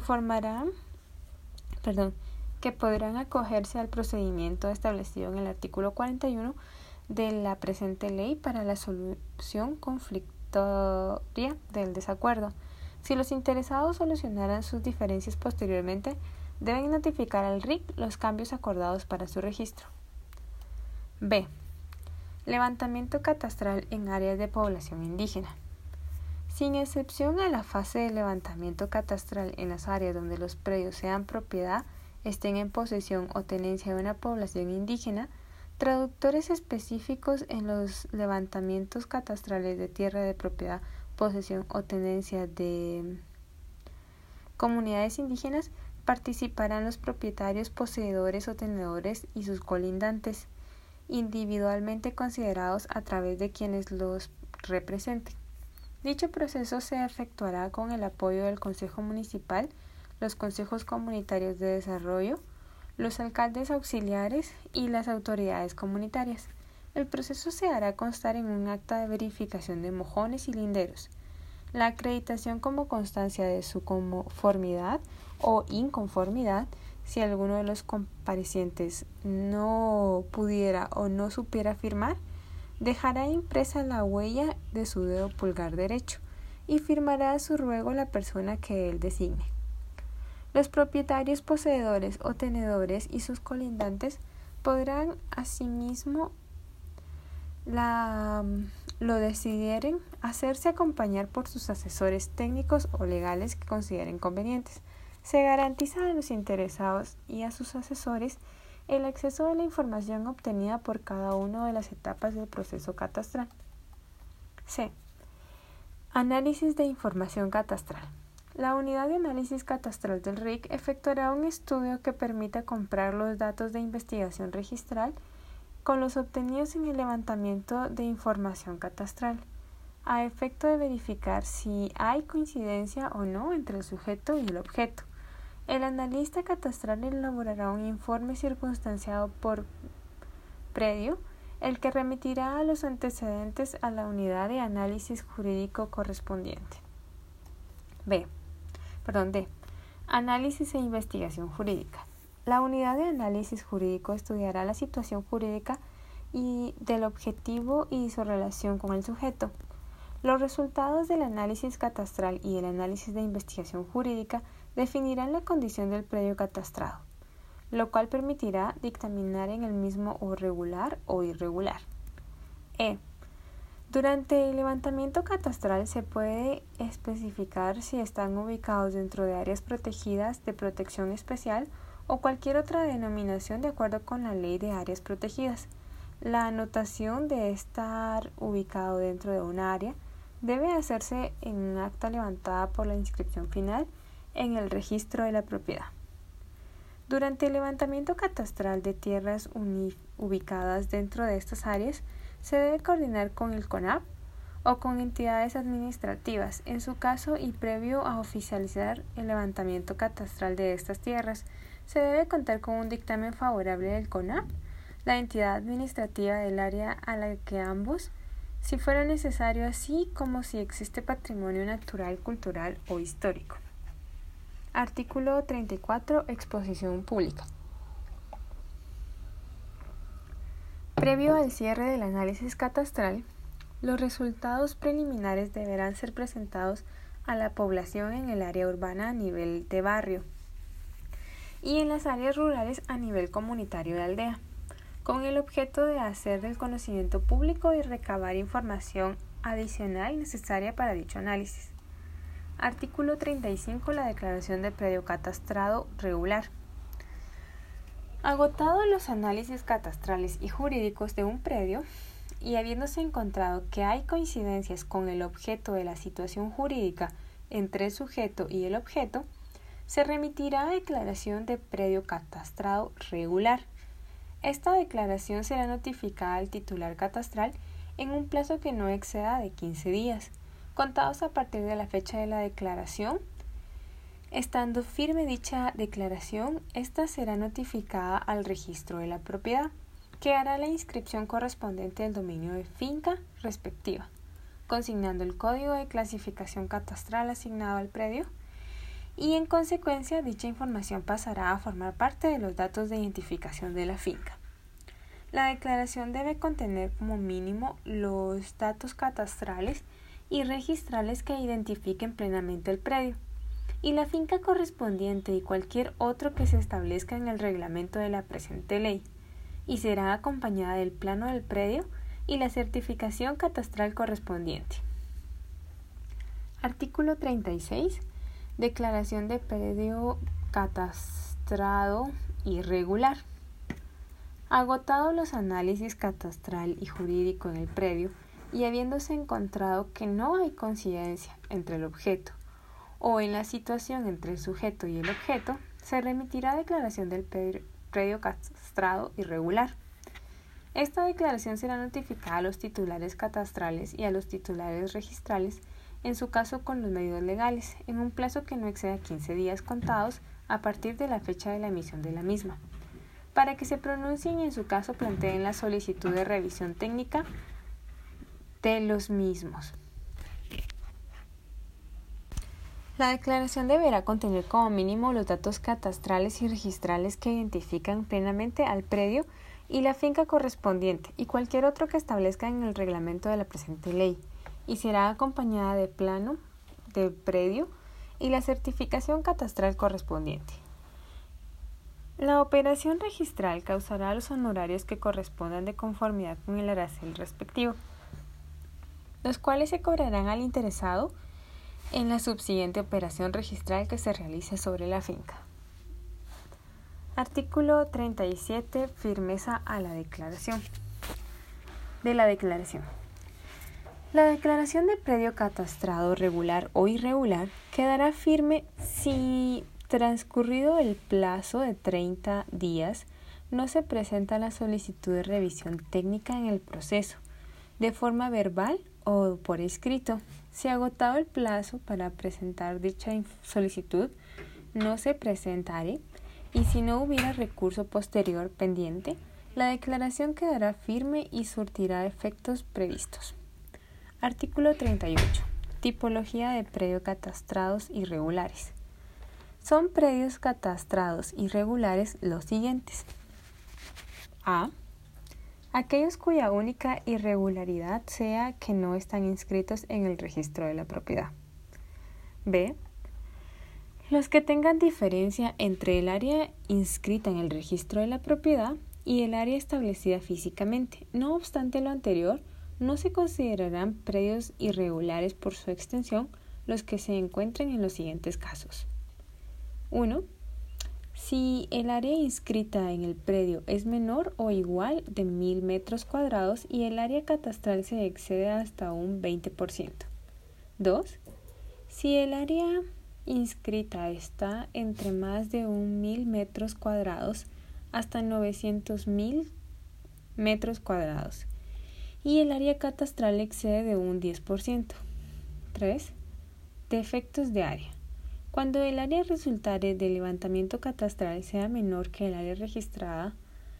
podrán acogerse al procedimiento establecido en el artículo 41 de la presente ley para la solución conflictoria del desacuerdo. Si los interesados solucionaran sus diferencias posteriormente, deben notificar al RIC los cambios acordados para su registro. B. Levantamiento catastral en áreas de población indígena. Sin excepción a la fase de levantamiento catastral en las áreas donde los predios sean propiedad, estén en posesión o tenencia de una población indígena, traductores específicos en los levantamientos catastrales de tierra de propiedad, posesión o tenencia de comunidades indígenas participarán los propietarios, poseedores o tenedores y sus colindantes, individualmente considerados a través de quienes los representen. Dicho proceso se efectuará con el apoyo del Consejo Municipal, los consejos comunitarios de desarrollo, los alcaldes auxiliares y las autoridades comunitarias. El proceso se hará constar en un acta de verificación de mojones y linderos. La acreditación como constancia de su conformidad o inconformidad, si alguno de los comparecientes no pudiera o no supiera firmar, dejará impresa la huella de su dedo pulgar derecho y firmará a su ruego la persona que él designe. Los propietarios, poseedores o tenedores y sus colindantes podrán asimismo lo decidieren hacerse acompañar por sus asesores técnicos o legales que consideren convenientes. Se garantiza a los interesados y a sus asesores el acceso a la información obtenida por cada una de las etapas del proceso catastral. C. Análisis de información catastral. La unidad de análisis catastral del RIC efectuará un estudio que permita comparar los datos de investigación registral con los obtenidos en el levantamiento de información catastral, a efecto de verificar si hay coincidencia o no entre el sujeto y el objeto. El analista catastral elaborará un informe circunstanciado por predio, el que remitirá a los antecedentes a la unidad de análisis jurídico correspondiente. D. Análisis e investigación jurídica. La unidad de análisis jurídico estudiará la situación jurídica y del objetivo y su relación con el sujeto. Los resultados del análisis catastral y el análisis de investigación jurídica definirán la condición del predio catastrado, lo cual permitirá dictaminar en el mismo o regular o irregular. Durante el levantamiento catastral se puede especificar si están ubicados dentro de áreas protegidas de protección especial o cualquier otra denominación de acuerdo con la Ley de Áreas Protegidas. La anotación de estar ubicado dentro de una área debe hacerse en un acta levantada por la inscripción final en el registro de la propiedad. Durante el levantamiento catastral de tierras ubicadas dentro de estas áreas, se debe coordinar con el CONAP o con entidades administrativas, en su caso y previo a oficializar el levantamiento catastral de estas tierras. Se debe contar con un dictamen favorable del CONAP, la entidad administrativa del área a la que ambos, si fuera necesario, así como si existe patrimonio natural, cultural o histórico. Artículo 34. Exposición pública. Previo al cierre del análisis catastral, los resultados preliminares deberán ser presentados a la población en el área urbana a nivel de barrio y en las áreas rurales a nivel comunitario de aldea, con el objeto de hacer del conocimiento público y recabar información adicional necesaria para dicho análisis. Artículo 35. La declaración de predio catastrado regular. Agotados los análisis catastrales y jurídicos de un predio y habiéndose encontrado que hay coincidencias con el objeto de la situación jurídica entre el sujeto y el objeto, se remitirá declaración de predio catastrado regular. Esta declaración será notificada al titular catastral en un plazo que no exceda de 15 días, contados a partir de la fecha de la declaración. Estando firme dicha declaración, esta será notificada al registro de la propiedad, que hará la inscripción correspondiente del dominio de finca respectiva, consignando el código de clasificación catastral asignado al predio, y en consecuencia dicha información pasará a formar parte de los datos de identificación de la finca. La declaración debe contener como mínimo los datos catastrales y registrales que identifiquen plenamente el predio, y la finca correspondiente y cualquier otro que se establezca en el reglamento de la presente ley, y será acompañada del plano del predio y la certificación catastral correspondiente. Artículo 36. Declaración de predio catastrado irregular. Agotados los análisis catastral y jurídico en el predio y habiéndose encontrado que no hay coincidencia entre el objeto o en la situación entre el sujeto y el objeto, se remitirá declaración del predio catastrado irregular. Esta declaración será notificada a los titulares catastrales y a los titulares registrales, en su caso con los medios legales, en un plazo que no exceda 15 días contados a partir de la fecha de la emisión de la misma, para que se pronuncien y en su caso planteen la solicitud de revisión técnica de los mismos. La declaración deberá contener como mínimo los datos catastrales y registrales que identifican plenamente al predio y la finca correspondiente y cualquier otro que establezca en el reglamento de la presente ley, y será acompañada de plano de predio y la certificación catastral correspondiente. La operación registral causará los honorarios que correspondan de conformidad con el arancel respectivo, los cuales se cobrarán al interesado en la subsiguiente operación registral que se realice sobre la finca. Artículo 37. Firmeza a la declaración. La declaración de predio catastrado regular o irregular quedará firme si, transcurrido el plazo de 30 días, no se presenta la solicitud de revisión técnica en el proceso, de forma verbal o por escrito. Si agotado el plazo para presentar dicha solicitud, no se presentare, y si no hubiera recurso posterior pendiente, la declaración quedará firme y surtirá efectos previstos. Artículo 38. Tipología de predio catastrados irregulares. Son predios catastrados irregulares los siguientes. A. Aquellos cuya única irregularidad sea que no están inscritos en el registro de la propiedad. B. Los que tengan diferencia entre el área inscrita en el registro de la propiedad y el área establecida físicamente. No obstante lo anterior, no se considerarán predios irregulares por su extensión los que se encuentren en los siguientes casos. 1. Si el área inscrita en el predio es menor o igual de 1000 metros cuadrados y el área catastral se excede hasta un 20%. 2. Si el área inscrita está entre más de 1000 metros cuadrados hasta 900.000 metros cuadrados y el área catastral excede de un 10%. 3. Defectos de área. Cuando el área resultare del levantamiento catastral sea menor que el área registrada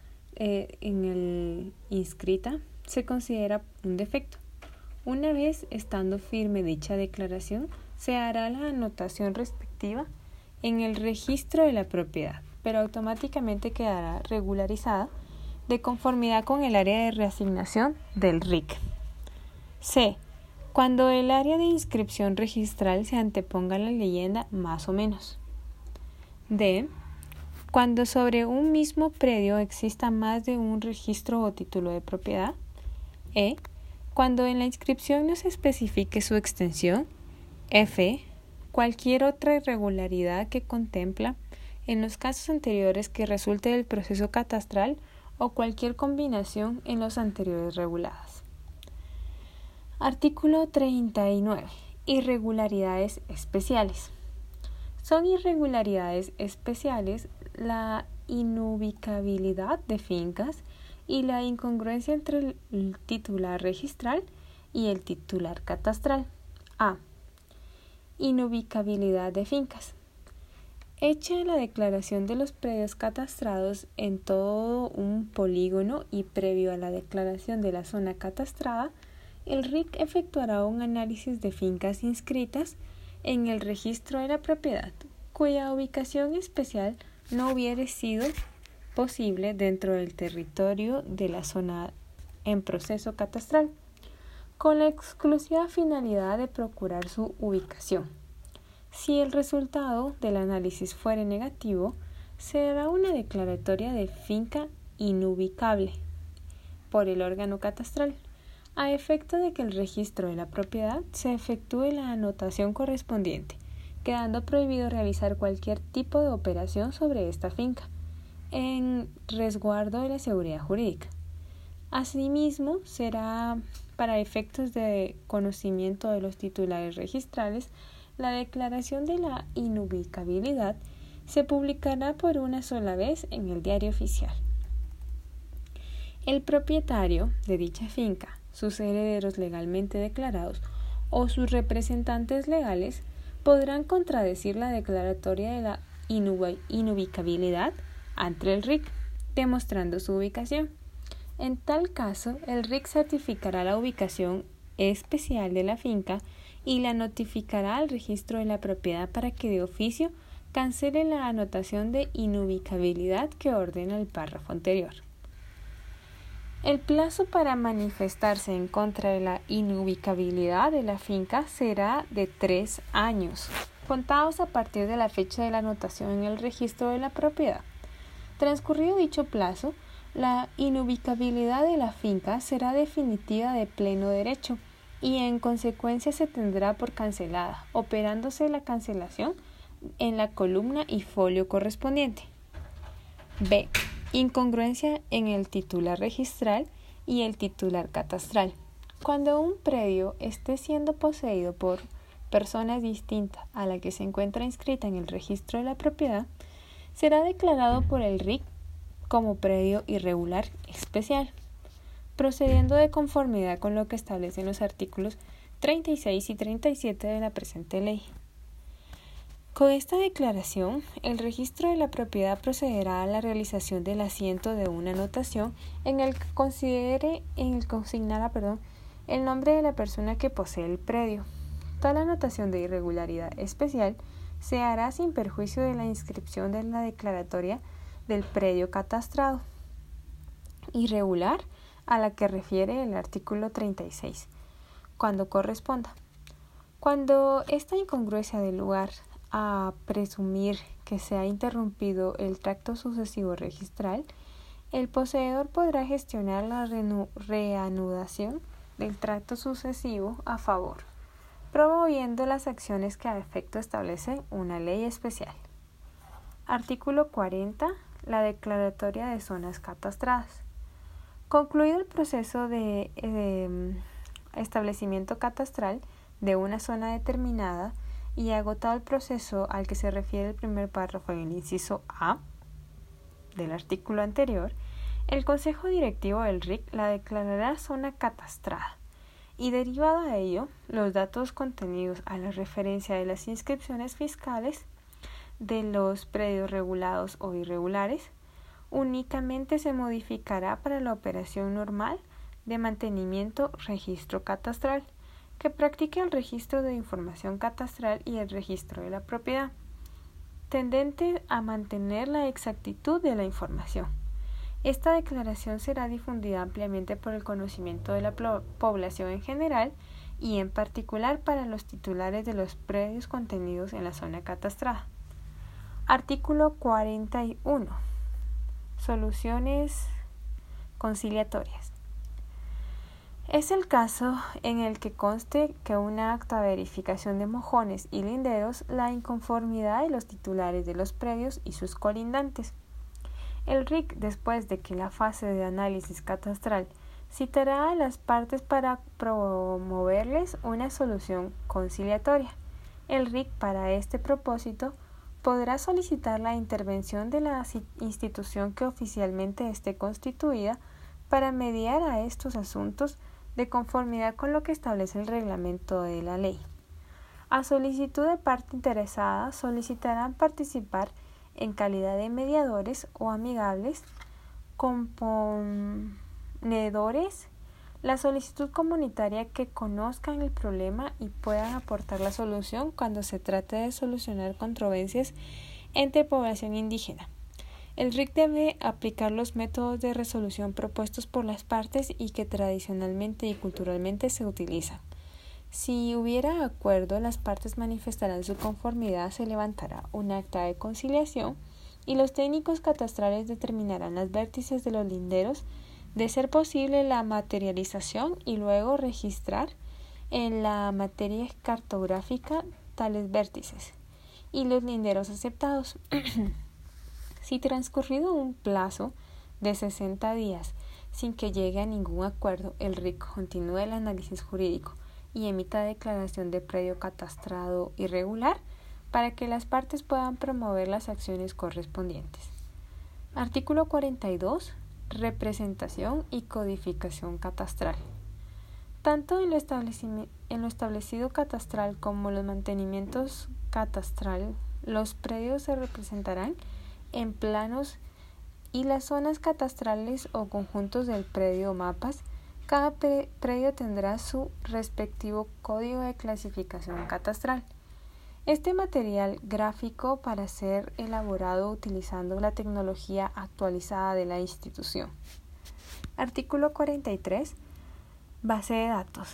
en el inscrita, se considera un defecto. Una vez estando firme dicha declaración, se hará la anotación respectiva en el registro de la propiedad, pero automáticamente quedará regularizada de conformidad con el área de reasignación del RIC. C. Cuando el área de inscripción registral se anteponga a la leyenda más o menos. D. Cuando sobre un mismo predio exista más de un registro o título de propiedad. E. Cuando en la inscripción no se especifique su extensión. F. Cualquier otra irregularidad que contempla en los casos anteriores que resulte del proceso catastral o cualquier combinación en los anteriores reguladas. Artículo 39. Irregularidades especiales. Son irregularidades especiales la inubicabilidad de fincas y la incongruencia entre el titular registral y el titular catastral, A. Inubicabilidad de fincas. Hecha la declaración de los predios catastrados en todo un polígono y previo a la declaración de la zona catastrada, el RIC efectuará un análisis de fincas inscritas en el registro de la propiedad, cuya ubicación especial no hubiere sido posible dentro del territorio de la zona en proceso catastral, con la exclusiva finalidad de procurar su ubicación. Si el resultado del análisis fuere negativo, se hará una declaratoria de finca inubicable por el órgano catastral, a efecto de que el registro de la propiedad se efectúe la anotación correspondiente, quedando prohibido realizar cualquier tipo de operación sobre esta finca, en resguardo de la seguridad jurídica. Asimismo, será para efectos de conocimiento de los titulares registrales, la declaración de la inubicabilidad se publicará por una sola vez en el Diario Oficial. El propietario de dicha finca, sus herederos legalmente declarados o sus representantes legales podrán contradecir la declaratoria de la inubicabilidad ante el RIC, demostrando su ubicación. En tal caso, el RIC certificará la ubicación especial de la finca y la notificará al registro de la propiedad para que de oficio cancele la anotación de inubicabilidad que ordena el párrafo anterior. El plazo para manifestarse en contra de la inubicabilidad de la finca será de 3 años, contados a partir de la fecha de la anotación en el registro de la propiedad. Transcurrido dicho plazo, la inubicabilidad de la finca será definitiva de pleno derecho y en consecuencia se tendrá por cancelada, operándose la cancelación en la columna y folio correspondiente. B. Incongruencia en el titular registral y el titular catastral. Cuando un predio esté siendo poseído por personas distintas a la que se encuentra inscrita en el registro de la propiedad, será declarado por el RIC como predio irregular especial, procediendo de conformidad con lo que establecen los artículos 36 y 37 de la presente ley. Con esta declaración, el registro de la propiedad procederá a la realización del asiento de una anotación en el que consignará el nombre de la persona que posee el predio. Tal anotación de irregularidad especial se hará sin perjuicio de la inscripción de la declaratoria del predio catastrado irregular a la que refiere el artículo 36, cuando corresponda. Cuando esta incongruencia dé lugar a presumir que se ha interrumpido el tracto sucesivo registral, el poseedor podrá gestionar la reanudación del tracto sucesivo a favor, promoviendo las acciones que a efecto establece una ley especial. Artículo 40. La declaratoria de zonas catastradas. Concluido el proceso de establecimiento catastral de una zona determinada y agotado el proceso al que se refiere el primer párrafo en el inciso A del artículo anterior, el Consejo Directivo del RIC la declarará zona catastrada y, derivado de ello, los datos contenidos a la referencia de las inscripciones fiscales de los predios regulados o irregulares únicamente se modificará para la operación normal de mantenimiento registro catastral, que practique el registro de información catastral y el registro de la propiedad, tendente a mantener la exactitud de la información. Esta declaración será difundida ampliamente por el conocimiento de la población en general y en particular para los titulares de los predios contenidos en la zona catastrada. Artículo 41. Soluciones conciliatorias. Es el caso en el que conste que una acta de verificación de mojones y linderos la inconformidad de los titulares de los predios y sus colindantes. El RIC, después de que la fase de análisis catastral, citará a las partes para promoverles una solución conciliatoria. El RIC, para este propósito, podrá solicitar la intervención de la institución que oficialmente esté constituida para mediar a estos asuntos de conformidad con lo que establece el reglamento de la ley. A solicitud de parte interesada, solicitarán participar en calidad de mediadores o amigables, componedores, la solicitud comunitaria que conozcan el problema y puedan aportar la solución cuando se trate de solucionar controversias entre población indígena. El RIC debe aplicar los métodos de resolución propuestos por las partes y que tradicionalmente y culturalmente se utilizan. Si hubiera acuerdo, las partes manifestarán su conformidad, se levantará un acta de conciliación y los técnicos catastrales determinarán los vértices de los linderos, de ser posible la materialización y luego registrar en la materia cartográfica tales vértices y los linderos aceptados. Si transcurrido un plazo de 60 días sin que llegue a ningún acuerdo, el RIC continúe el análisis jurídico y emita declaración de predio catastrado irregular para que las partes puedan promover las acciones correspondientes. Artículo 42. Representación y codificación catastral. Tanto en lo establecido catastral como los mantenimientos catastral, los predios se representarán en planos y las zonas catastrales o conjuntos del predio o mapas. Cada predio tendrá su respectivo código de clasificación catastral. Este material gráfico para ser elaborado utilizando la tecnología actualizada de la institución. Artículo 43. Base de datos.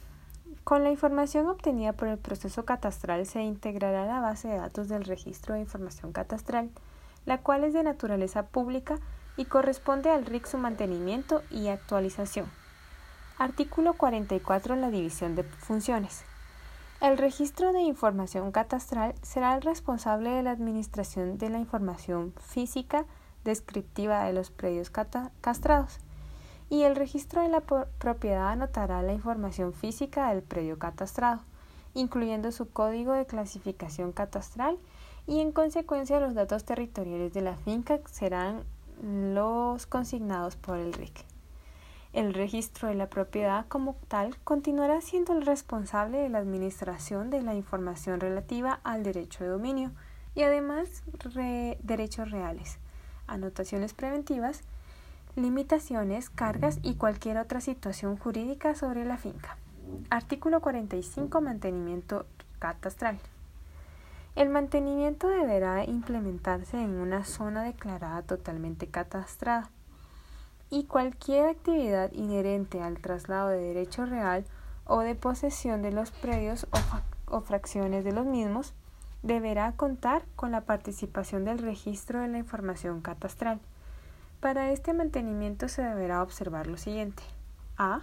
Con la información obtenida por el proceso catastral se integrará la base de datos del Registro de Información Catastral, la cual es de naturaleza pública y corresponde al RIC su mantenimiento y actualización. Artículo 44. La división de funciones. El Registro de Información Catastral será el responsable de la administración de la información física descriptiva de los predios catastrados, y el Registro de la Propiedad anotará la información física del predio catastrado, incluyendo su código de clasificación catastral, y en consecuencia los datos territoriales de la finca serán los consignados por el RIC. El Registro de la Propiedad como tal continuará siendo el responsable de la administración de la información relativa al derecho de dominio y además derechos reales, anotaciones preventivas, limitaciones, cargas y cualquier otra situación jurídica sobre la finca. Artículo 45. Mantenimiento catastral. El mantenimiento deberá implementarse en una zona declarada totalmente catastrada, y cualquier actividad inherente al traslado de derecho real o de posesión de los predios o fracciones de los mismos deberá contar con la participación del Registro de la Información Catastral. Para este mantenimiento se deberá observar lo siguiente. A.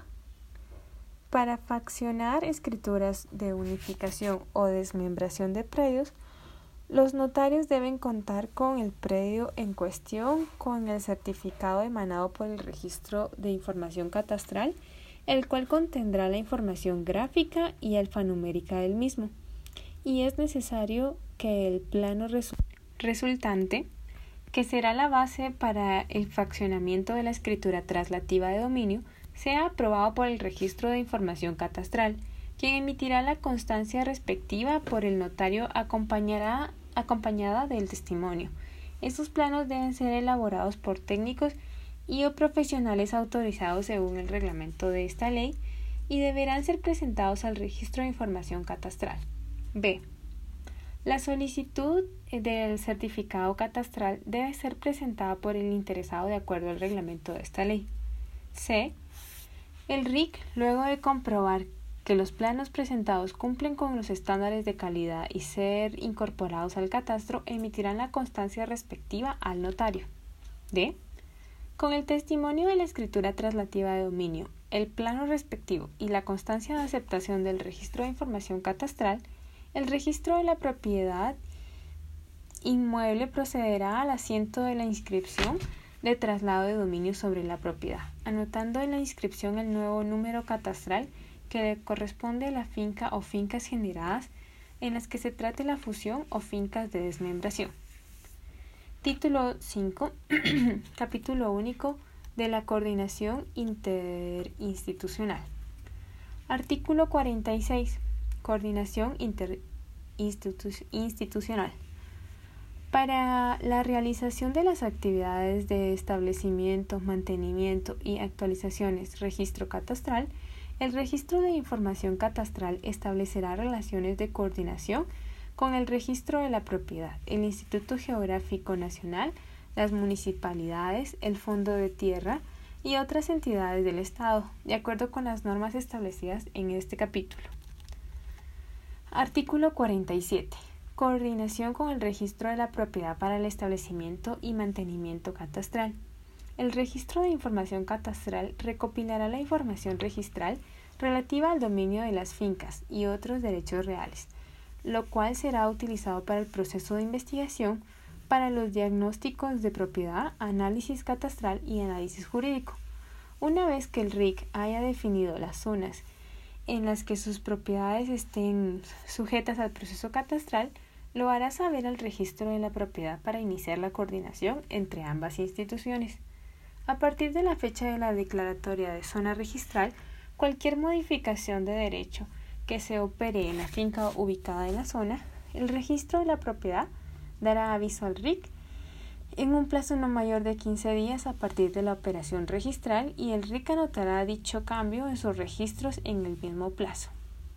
Para fraccionar escrituras de unificación o desmembración de predios, los notarios deben contar con el predio en cuestión con el certificado emanado por el Registro de Información Catastral, el cual contendrá la información gráfica y alfanumérica del mismo, y es necesario que el plano resultante, que será la base para el fraccionamiento de la escritura traslativa de dominio, sea aprobado por el Registro de Información Catastral, quien emitirá la constancia respectiva por el notario acompañada del testimonio. Estos planos deben ser elaborados por técnicos y o profesionales autorizados según el reglamento de esta ley y deberán ser presentados al Registro de Información Catastral. B. La solicitud del certificado catastral debe ser presentada por el interesado de acuerdo al reglamento de esta ley. C. El RIC, luego de comprobar que los planos presentados cumplen con los estándares de calidad y ser incorporados al catastro, emitirán la constancia respectiva al notario. D. Con el testimonio de la escritura traslativa de dominio, el plano respectivo y la constancia de aceptación del Registro de Información Catastral, el Registro de la Propiedad inmueble procederá al asiento de la inscripción de traslado de dominio sobre la propiedad, anotando en la inscripción el nuevo número catastral que le corresponde a la finca o fincas generadas en las que se trate la fusión o fincas de desmembración. Título 5. Capítulo único de la coordinación interinstitucional. Artículo 46. Coordinación interinstitucional. Para la realización de las actividades de establecimiento, mantenimiento y actualizaciones registro catastral, el Registro de Información Catastral establecerá relaciones de coordinación con el Registro de la Propiedad, el Instituto Geográfico Nacional, las municipalidades, el Fondo de Tierra y otras entidades del Estado, de acuerdo con las normas establecidas en este capítulo. Artículo 47. Coordinación con el Registro de la Propiedad para el establecimiento y mantenimiento catastral. El Registro de Información Catastral recopilará la información registral relativa al dominio de las fincas y otros derechos reales, lo cual será utilizado para el proceso de investigación, para los diagnósticos de propiedad, análisis catastral y análisis jurídico. Una vez que el RIC haya definido las zonas en las que sus propiedades estén sujetas al proceso catastral, lo hará saber al Registro de la Propiedad para iniciar la coordinación entre ambas instituciones. A partir de la fecha de la declaratoria de zona registral, cualquier modificación de derecho que se opere en la finca ubicada en la zona, el Registro de la Propiedad dará aviso al RIC en un plazo no mayor de 15 días a partir de la operación registral y el RIC anotará dicho cambio en sus registros en el mismo plazo.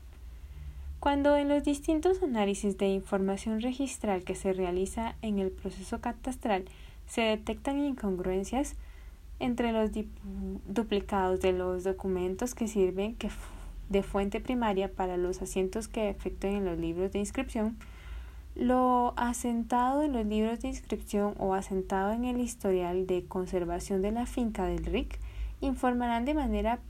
Cuando en los distintos análisis de información registral que se realiza en el proceso catastral se detectan incongruencias entre los duplicados de los documentos que sirven de fuente primaria para los asientos que efectúen en los libros de inscripción, lo asentado en los libros de inscripción o asentado en el historial de conservación de la finca del RIC informarán de manera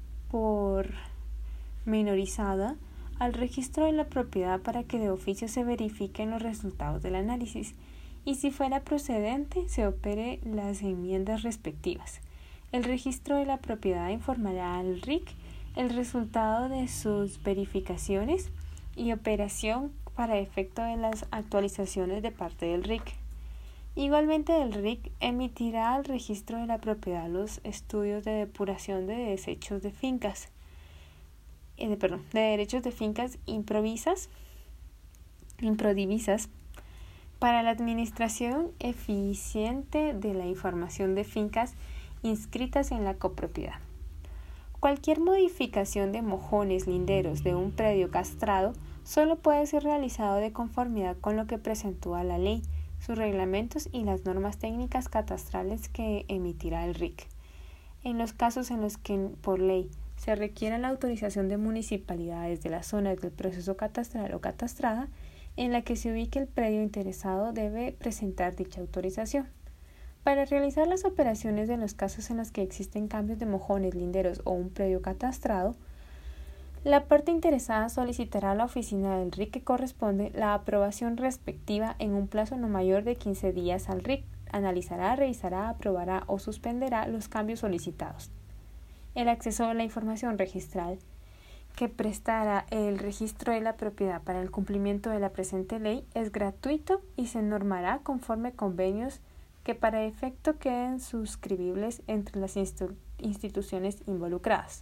pormenorizada al Registro de la Propiedad para que de oficio se verifiquen los resultados del análisis y, si fuera procedente, se opere las enmiendas respectivas. El Registro de la Propiedad informará al RIC el resultado de sus verificaciones y operación para efecto de las actualizaciones de parte del RIC. Igualmente, el RIC emitirá al Registro de la Propiedad los estudios de depuración de desechos de fincas, de derechos de fincas improdivisas para la administración eficiente de la información de fincas inscritas en la copropiedad. Cualquier modificación de mojones linderos de un predio castrado solo puede ser realizado de conformidad con lo que presentó la ley, sus reglamentos y las normas técnicas catastrales que emitirá el RIC. En los casos en los que por ley se requiera la autorización de municipalidades de las zonas del proceso catastral o catastrada en la que se ubique el predio interesado, debe presentar dicha autorización. Para realizar las operaciones en los casos en los que existen cambios de mojones, linderos o un predio catastrado, la parte interesada solicitará a la oficina del RIC que corresponde la aprobación respectiva en un plazo no mayor de 15 días al RIC. Analizará, revisará, aprobará o suspenderá los cambios solicitados. El acceso a la información registral que prestará el Registro de la Propiedad para el cumplimiento de la presente ley es gratuito y se normará conforme convenios que para efecto queden suscribibles entre las instituciones involucradas.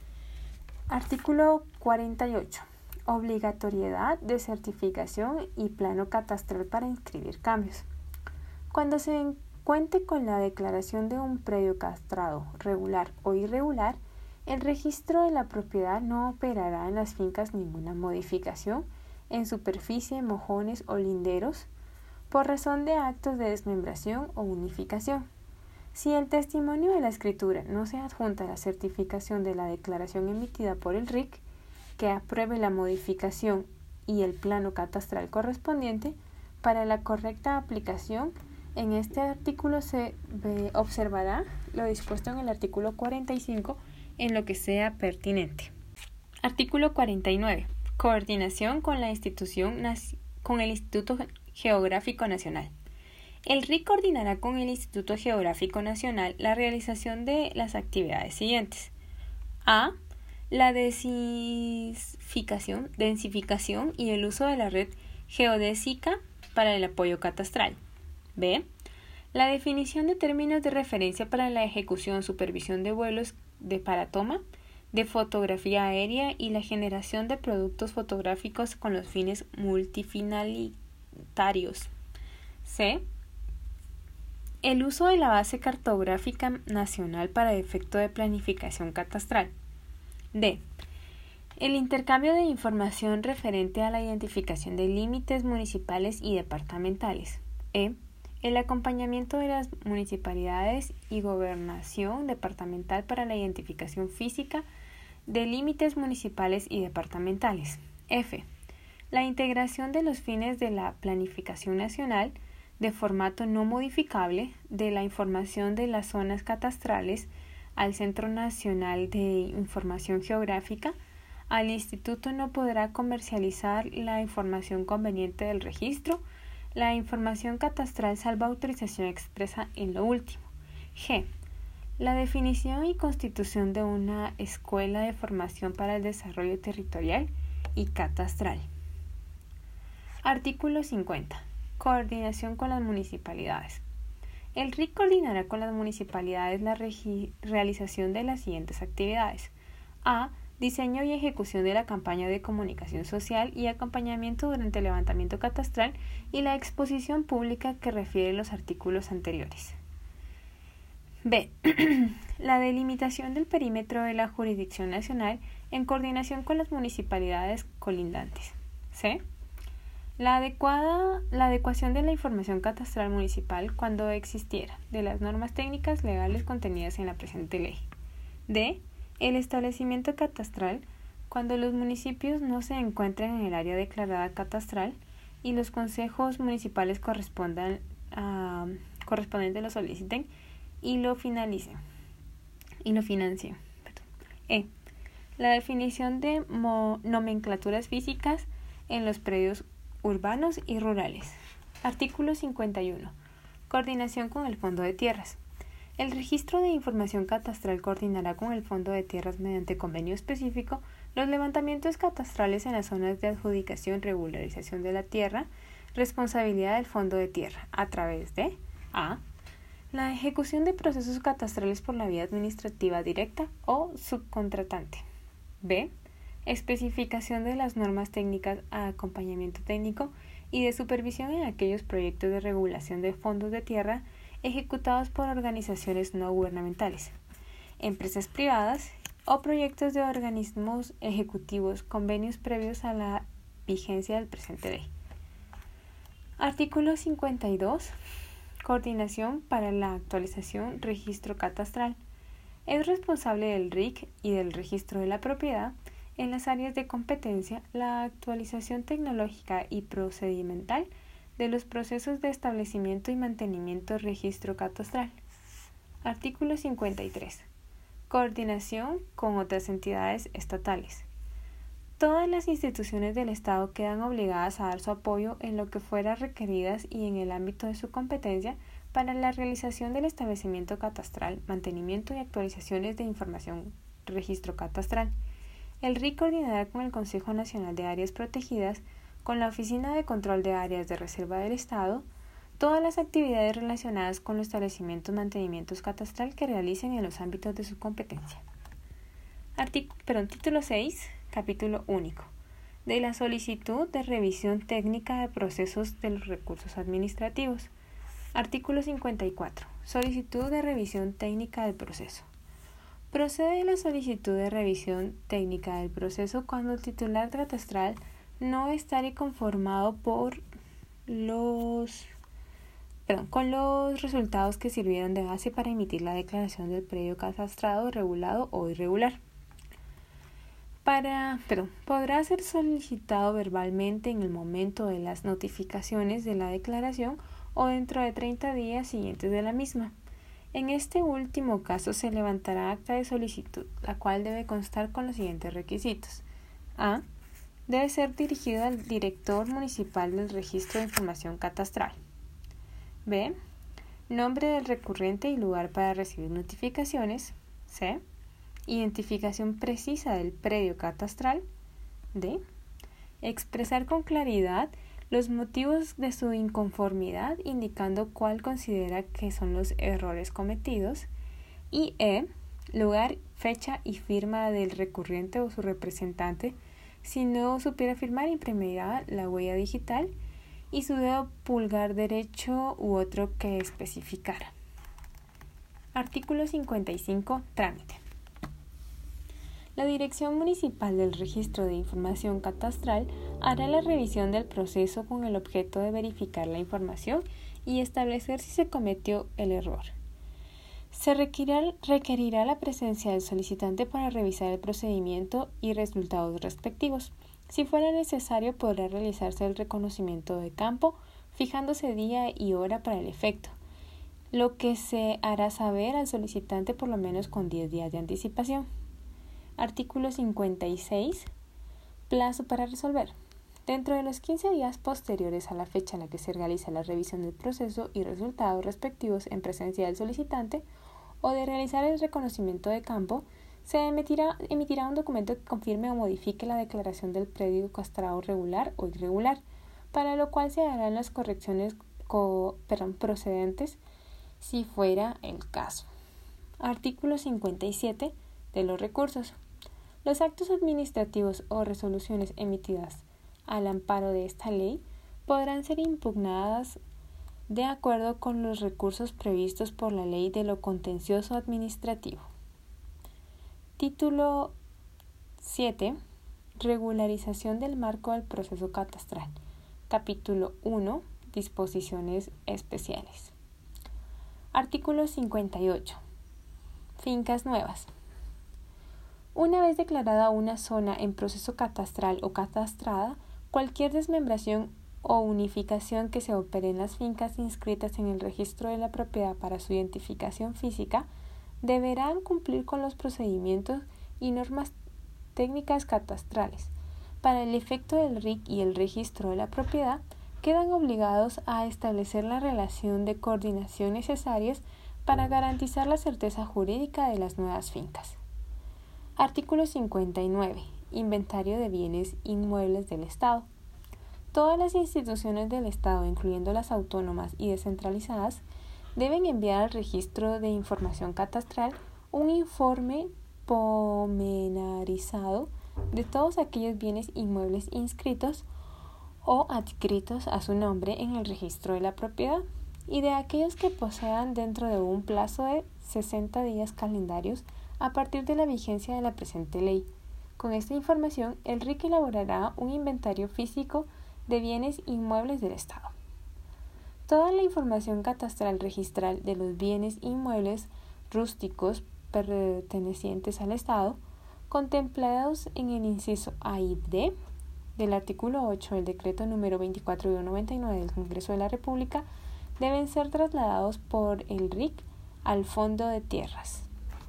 Artículo 48. Obligatoriedad de certificación y plano catastral para inscribir cambios. Cuando se cuente con la declaración de un predio castrado, regular o irregular, el Registro de la Propiedad no operará en las fincas ninguna modificación en superficie, mojones o linderos por razón de actos de desmembración o unificación. Si el testimonio de la escritura no se adjunta a la certificación de la declaración emitida por el RIC, que apruebe la modificación y el plano catastral correspondiente, para la correcta aplicación, en este artículo se observará lo dispuesto en el artículo 45 en lo que sea pertinente. Artículo 49. Coordinación con el Instituto Geográfico Nacional. El RIC coordinará con el Instituto Geográfico Nacional la realización de las actividades siguientes. A. La densificación y el uso de la red geodésica para el apoyo catastral. B. La definición de términos de referencia para la ejecución, supervisión de vuelos para toma, de fotografía aérea y la generación de productos fotográficos con los fines multifinalitarios. C. El uso de la base cartográfica nacional para efecto de planificación catastral. D. El intercambio de información referente a la identificación de límites municipales y departamentales. E. El acompañamiento de las municipalidades y gobernación departamental para la identificación física de límites municipales y departamentales. F. La integración de los fines de la planificación nacional de formato no modificable de la información de las zonas catastrales al Centro Nacional de Información Geográfica. Al instituto no podrá comercializar la información conveniente del registro, la información catastral salvo autorización expresa en lo último. G. La definición y constitución de una escuela de formación para el desarrollo territorial y catastral. Artículo 50. Coordinación con las municipalidades. El RIC coordinará con las municipalidades la realización de las siguientes actividades. A. Diseño y ejecución de la campaña de comunicación social y acompañamiento durante el levantamiento catastral y la exposición pública que refiere los artículos anteriores. B. La delimitación del perímetro de la jurisdicción nacional en coordinación con las municipalidades colindantes. C. La adecuación de la información catastral municipal cuando existiera de las normas técnicas legales contenidas en la presente ley. D. El establecimiento catastral cuando los municipios no se encuentren en el área declarada catastral y los consejos municipales correspondientes lo soliciten y lo financien. E. La definición de nomenclaturas físicas en los predios urbanos y rurales. Artículo 51. Coordinación con el Fondo de Tierras. El registro de información catastral coordinará con el Fondo de Tierras mediante convenio específico los levantamientos catastrales en las zonas de adjudicación, regularización de la tierra, responsabilidad del Fondo de Tierra, a través de A. La ejecución de procesos catastrales por la vía administrativa directa o subcontratante. B. Especificación de las normas técnicas a acompañamiento técnico y de supervisión en aquellos proyectos de regulación de fondos de tierra ejecutados por organizaciones no gubernamentales, empresas privadas o proyectos de organismos ejecutivos, convenios previos a la vigencia del presente ley. Artículo 52. Coordinación para la actualización registro catastral. Es responsable del RIC y del registro de la propiedad en las áreas de competencia la actualización tecnológica y procedimental de los procesos de establecimiento y mantenimiento del registro catastral. Artículo 53. Coordinación con otras entidades estatales. Todas las instituciones del Estado quedan obligadas a dar su apoyo en lo que fuera requeridas y en el ámbito de su competencia para la realización del establecimiento catastral, mantenimiento y actualizaciones de información registro catastral. El RIC coordinará con el Consejo Nacional de Áreas Protegidas, con la Oficina de Control de Áreas de Reserva del Estado, todas las actividades relacionadas con los establecimientos y mantenimientos catastral que realicen en los ámbitos de su competencia. Título 6, capítulo único, de la solicitud de revisión técnica de procesos de los recursos administrativos. Artículo 54. Solicitud de revisión técnica del proceso. Procede la solicitud de revisión técnica del proceso cuando el titular catastral no estará conformado con los resultados que sirvieron de base para emitir la declaración del predio catastrado, regulado o irregular. Podrá ser solicitado verbalmente en el momento de las notificaciones de la declaración o dentro de 30 días siguientes de la misma. En este último caso se levantará acta de solicitud, la cual debe constar con los siguientes requisitos. A. Debe ser dirigido al director municipal del registro de información catastral. B. Nombre del recurrente y lugar para recibir notificaciones. C. Identificación precisa del predio catastral. D. Expresar con claridad los motivos de su inconformidad, indicando cuál considera que son los errores cometidos. Y E. Lugar fecha y firma del recurrente o su representante. Si no supiera firmar, imprimirá la huella digital y su dedo pulgar derecho u otro que especificara. Artículo 55. Trámite. La Dirección Municipal del Registro de Información Catastral hará la revisión del proceso con el objeto de verificar la información y establecer si se cometió el error. Se requerirá la presencia del solicitante para revisar el procedimiento y resultados respectivos. Si fuera necesario, podrá realizarse el reconocimiento de campo, fijándose día y hora para el efecto, lo que se hará saber al solicitante por lo menos con 10 días de anticipación. Artículo 56. Plazo para resolver. Dentro de los 15 días posteriores a la fecha en la que se realiza la revisión del proceso y resultados respectivos en presencia del solicitante o de realizar el reconocimiento de campo, se emitirá un documento que confirme o modifique la declaración del predio catastrado regular o irregular, para lo cual se harán las correcciones procedentes si fuera el caso. Artículo 57 de los recursos. Los actos administrativos o resoluciones emitidas al amparo de esta ley podrán ser impugnadas de acuerdo con los recursos previstos por la Ley de lo Contencioso Administrativo. Título 7. Regularización del marco del proceso catastral. Capítulo 1. Disposiciones especiales. Artículo 58. Fincas nuevas. Una vez declarada una zona en proceso catastral o catastrada, cualquier desmembración o unificación que se opere en las fincas inscritas en el registro de la propiedad para su identificación física deberán cumplir con los procedimientos y normas técnicas catastrales. Para el efecto del RIC y el registro de la propiedad, quedan obligados a establecer la relación de coordinación necesarias para garantizar la certeza jurídica de las nuevas fincas. Artículo 59. Inventario de bienes inmuebles del Estado. Todas las instituciones del Estado, incluyendo las autónomas y descentralizadas, deben enviar al Registro de Información Catastral un informe pormenorizado de todos aquellos bienes inmuebles inscritos o adscritos a su nombre en el registro de la propiedad y de aquellos que posean dentro de un plazo de 60 días calendarios a partir de la vigencia de la presente ley. Con esta información, el RIC elaborará un inventario físico de bienes inmuebles del Estado. Toda la información catastral registral de los bienes inmuebles rústicos pertenecientes al Estado, contemplados en el inciso A y D del artículo 8 del decreto número 24/99 del Congreso de la República, deben ser trasladados por el RIC al Fondo de Tierras.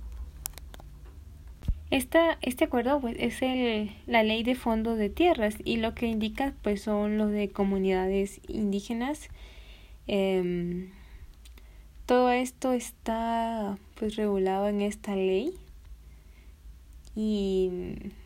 Este acuerdo pues, es la ley de fondos de tierras y lo que indica pues son los de comunidades indígenas. Todo esto está pues regulado en esta ley y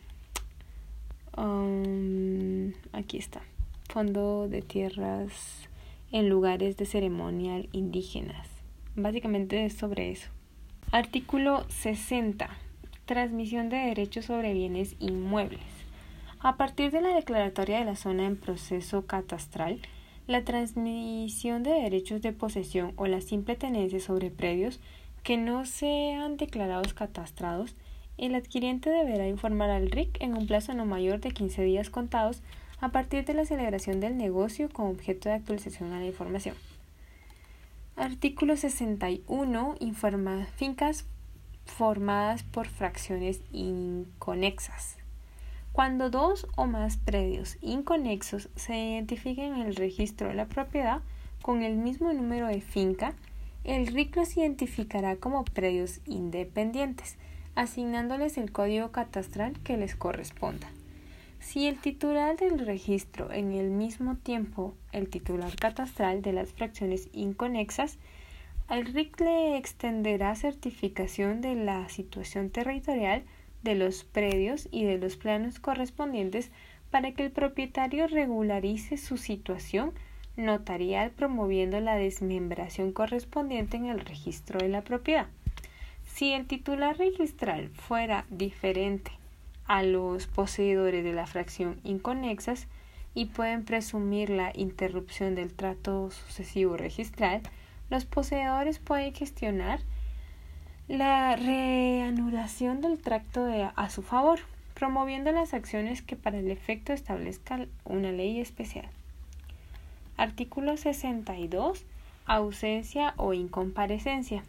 aquí está, Fondo de Tierras en lugares de ceremonial indígenas. Básicamente es sobre eso. Artículo 60. Transmisión de derechos sobre bienes inmuebles. A partir de la declaratoria de la zona en proceso catastral, la transmisión de derechos de posesión o la simple tenencia sobre predios que no sean declarados catastrados, el adquiriente deberá informar al RIC en un plazo no mayor de 15 días contados a partir de la celebración del negocio con objeto de actualización a la información. Artículo 61. Fincas formadas por fracciones inconexas. Cuando dos o más predios inconexos se identifiquen en el registro de la propiedad con el mismo número de finca, el RIC los identificará como predios independientes, asignándoles el código catastral que les corresponda. Si el titular del registro en el mismo tiempo el titular catastral de las fracciones inconexas, al RIC le extenderá certificación de la situación territorial de los predios y de los planos correspondientes para que el propietario regularice su situación notarial promoviendo la desmembración correspondiente en el registro de la propiedad. Si el titular registral fuera diferente a los poseedores de la fracción inconexas y pueden presumir la interrupción del trato sucesivo registral, los poseedores pueden gestionar la reanudación del tracto a su favor, promoviendo las acciones que para el efecto establezca una ley especial. Artículo 62. Ausencia o incomparecencia.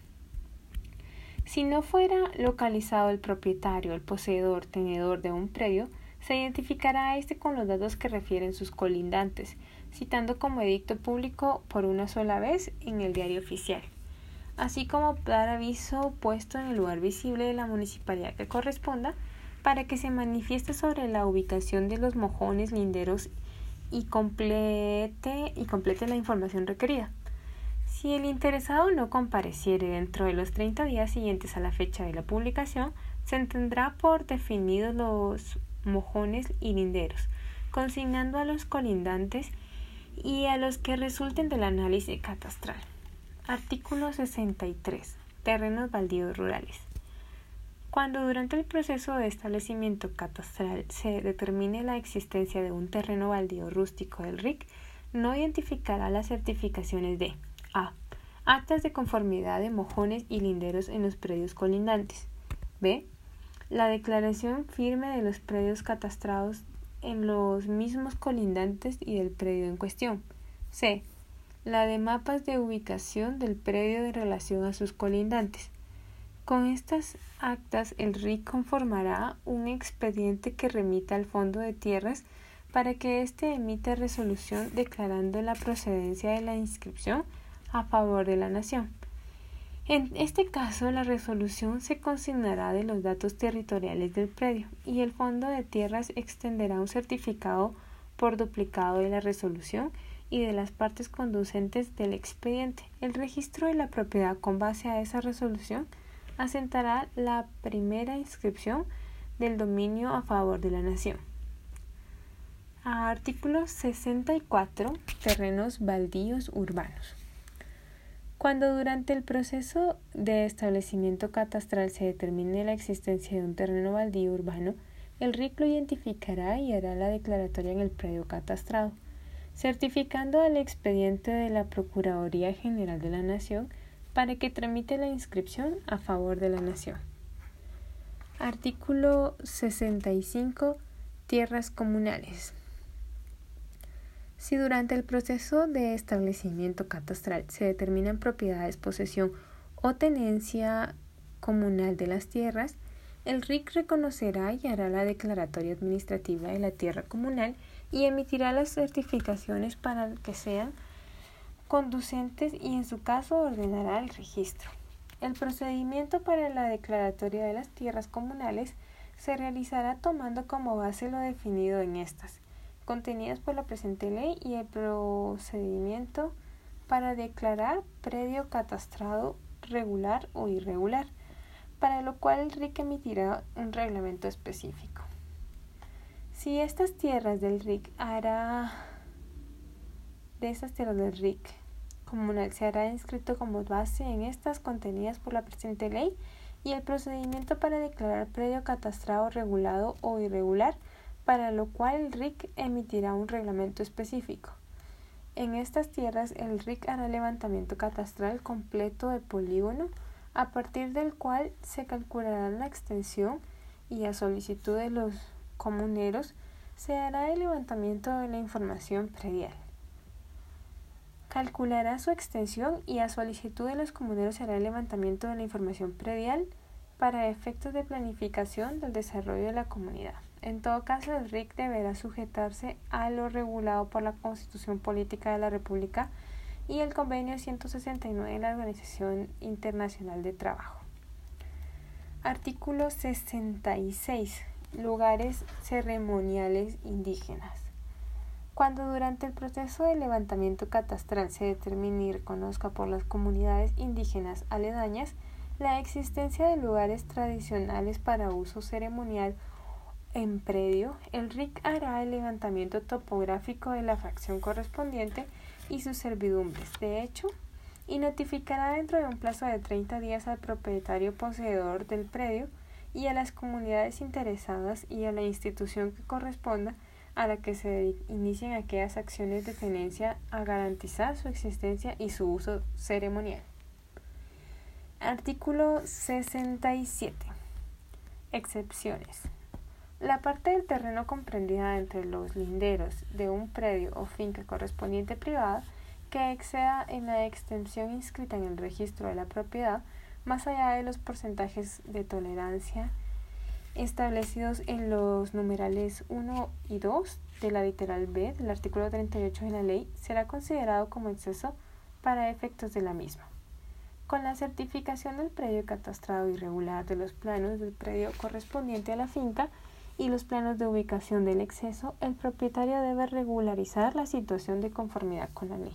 Si no fuera localizado el propietario, el poseedor, tenedor de un predio, se identificará a este con los datos que refieren sus colindantes, citando como edicto público por una sola vez en el diario oficial, así como dar aviso puesto en el lugar visible de la municipalidad que corresponda para que se manifieste sobre la ubicación de los mojones linderos y complete la información requerida. Si el interesado no compareciere dentro de los 30 días siguientes a la fecha de la publicación, se tendrá por definidos los mojones y linderos, consignando a los colindantes y a los que resulten del análisis catastral. Artículo 63. Terrenos baldíos rurales. Cuando durante el proceso de establecimiento catastral se determine la existencia de un terreno baldío rústico del RIC, no identificará las certificaciones de a. Actas de conformidad de mojones y linderos en los predios colindantes. b. La declaración firme de los predios catastrados en los mismos colindantes y del predio en cuestión. c. La de mapas de ubicación del predio en relación a sus colindantes. Con estas actas, el RIC conformará un expediente que remita al Fondo de Tierras para que éste emita resolución declarando la procedencia de la inscripción a favor de la nación. En este caso, la resolución se consignará de los datos territoriales del predio y el Fondo de Tierras extenderá un certificado por duplicado de la resolución y de las partes conducentes del expediente. El registro de la propiedad con base a esa resolución asentará la primera inscripción del dominio a favor de la nación. Artículo 64. Terrenos baldíos urbanos. Cuando durante el proceso de establecimiento catastral se determine la existencia de un terreno baldío urbano, el RIC lo identificará y hará la declaratoria en el predio catastrado, certificando al expediente de la Procuraduría General de la Nación para que tramite la inscripción a favor de la nación. Artículo 65. Tierras comunales. Si durante el proceso de establecimiento catastral se determinan propiedades, posesión o tenencia comunal de las tierras, el RIC reconocerá y hará la declaratoria administrativa de la tierra comunal y emitirá las certificaciones para que sean conducentes y en su caso ordenará el registro. El procedimiento para la declaratoria de las tierras comunales se realizará tomando como base lo definido en estas, contenidas por la presente ley, y el procedimiento para declarar predio catastrado regular o irregular, para lo cual el RIC emitirá un reglamento específico. Si estas tierras del RIC comunal se hará inscrito como base en estas contenidas por la presente ley y el procedimiento para declarar predio catastrado regulado o irregular, para lo cual el RIC emitirá un reglamento específico. En estas tierras el RIC hará levantamiento catastral completo de polígono, a partir del cual se calculará la extensión y a solicitud de los comuneros se hará el levantamiento de la información predial. Calculará su extensión y a solicitud de los comuneros se hará el levantamiento de la información predial para efectos de planificación del desarrollo de la comunidad. En todo caso, el RIC deberá sujetarse a lo regulado por la Constitución Política de la República y el Convenio 169 de la Organización Internacional de Trabajo. Artículo 66. Lugares ceremoniales indígenas. Cuando durante el proceso de levantamiento catastral se determine y reconozca por las comunidades indígenas aledañas la existencia de lugares tradicionales para uso ceremonial en predio, el RIC hará el levantamiento topográfico de la fracción correspondiente y sus servidumbres. De hecho, y notificará dentro de un plazo de 30 días al propietario poseedor del predio y a las comunidades interesadas y a la institución que corresponda a la que se inicien aquellas acciones de tenencia a garantizar su existencia y su uso ceremonial. Artículo 67. Excepciones. La parte del terreno comprendida entre los linderos de un predio o finca correspondiente privada que exceda en la extensión inscrita en el registro de la propiedad más allá de los porcentajes de tolerancia establecidos en los numerales 1 y 2 de la literal B del artículo 38 de la ley, será considerado como exceso para efectos de la misma. Con la certificación del predio catastrado irregular de los planos del predio correspondiente a la finca y los planos de ubicación del exceso, el propietario debe regularizar la situación de conformidad con la ley.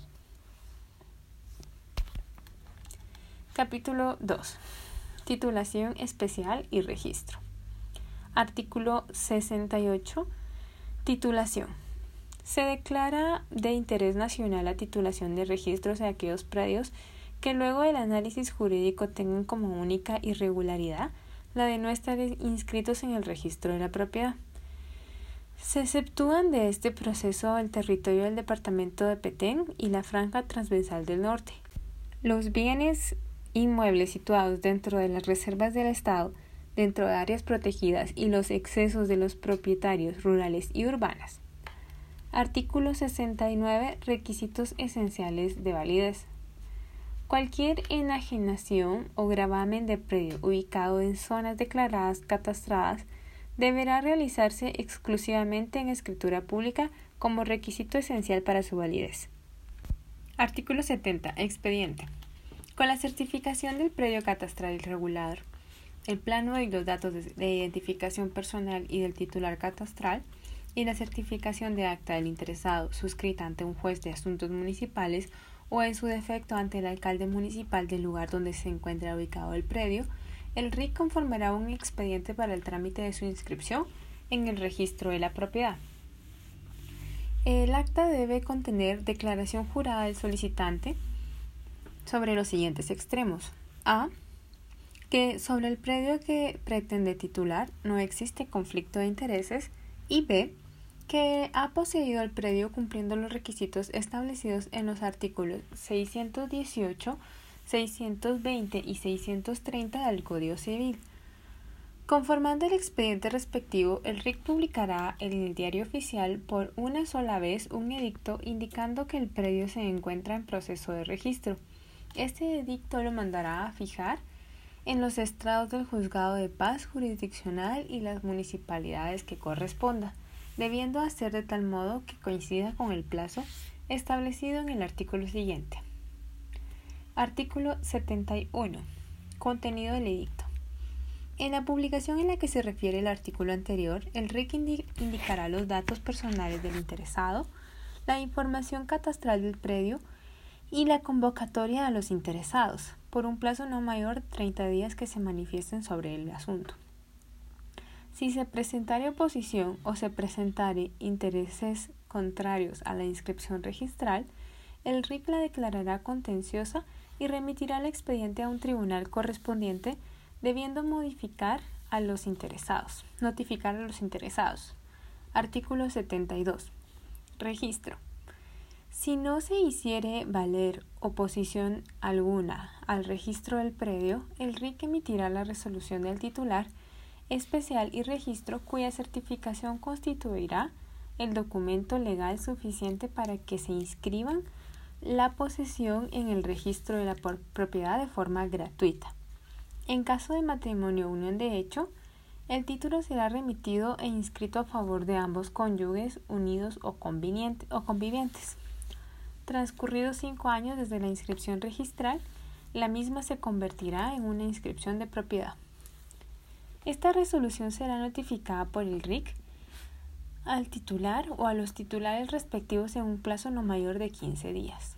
Capítulo 2. Titulación especial y registro. Artículo 68. Titulación. Se declara de interés nacional la titulación de registros de aquellos predios que luego del análisis jurídico tengan como única irregularidad la de no estar inscritos en el registro de la propiedad. Se exceptúan de este proceso el territorio del departamento de Petén y la franja transversal del norte. Los bienes inmuebles situados dentro de las reservas del Estado, dentro de áreas protegidas y los excesos de los propietarios rurales y urbanas. Artículo 69. Requisitos esenciales de validez. Cualquier enajenación o gravamen de predio ubicado en zonas declaradas catastradas deberá realizarse exclusivamente en escritura pública como requisito esencial para su validez. Artículo 70. Expediente. Con la certificación del predio catastral irregular, el plano y los datos de identificación personal y del titular catastral, y la certificación de acta del interesado suscrita ante un juez de asuntos municipales o en su defecto ante el alcalde municipal del lugar donde se encuentra ubicado el predio, el RIC conformará un expediente para el trámite de su inscripción en el registro de la propiedad. El acta debe contener declaración jurada del solicitante sobre los siguientes extremos. A. Que sobre el predio que pretende titular no existe conflicto de intereses, y B. Que ha poseído el predio cumpliendo los requisitos establecidos en los artículos 618, 620 y 630 del Código Civil. Conformando el expediente respectivo, el RIC publicará en el Diario Oficial por una sola vez un edicto indicando que el predio se encuentra en proceso de registro. Este edicto lo mandará a fijar en los estrados del Juzgado de Paz jurisdiccional y las municipalidades que corresponda, debiendo hacer de tal modo que coincida con el plazo establecido en el artículo siguiente. Artículo 71. Contenido del edicto. En la publicación en la que se refiere el artículo anterior, el RIC indicará los datos personales del interesado, la información catastral del predio y la convocatoria a los interesados, por un plazo no mayor de 30 días que se manifiesten sobre el asunto. Si se presentare oposición o se presentare intereses contrarios a la inscripción registral, el RIC la declarará contenciosa y remitirá el expediente a un tribunal correspondiente, debiendo notificar a los interesados. Artículo 72. Registro. Si no se hiciere valer oposición alguna al registro del predio, el RIC emitirá la resolución del titular especial y registro cuya certificación constituirá el documento legal suficiente para que se inscriban la posesión en el registro de la propiedad de forma gratuita. En caso de matrimonio o unión de hecho, el título será remitido e inscrito a favor de ambos cónyuges unidos o convivientes. Transcurridos 5 años desde la inscripción registral, la misma se convertirá en una inscripción de propiedad. Esta resolución será notificada por el RIC al titular o a los titulares respectivos en un plazo no mayor de 15 días.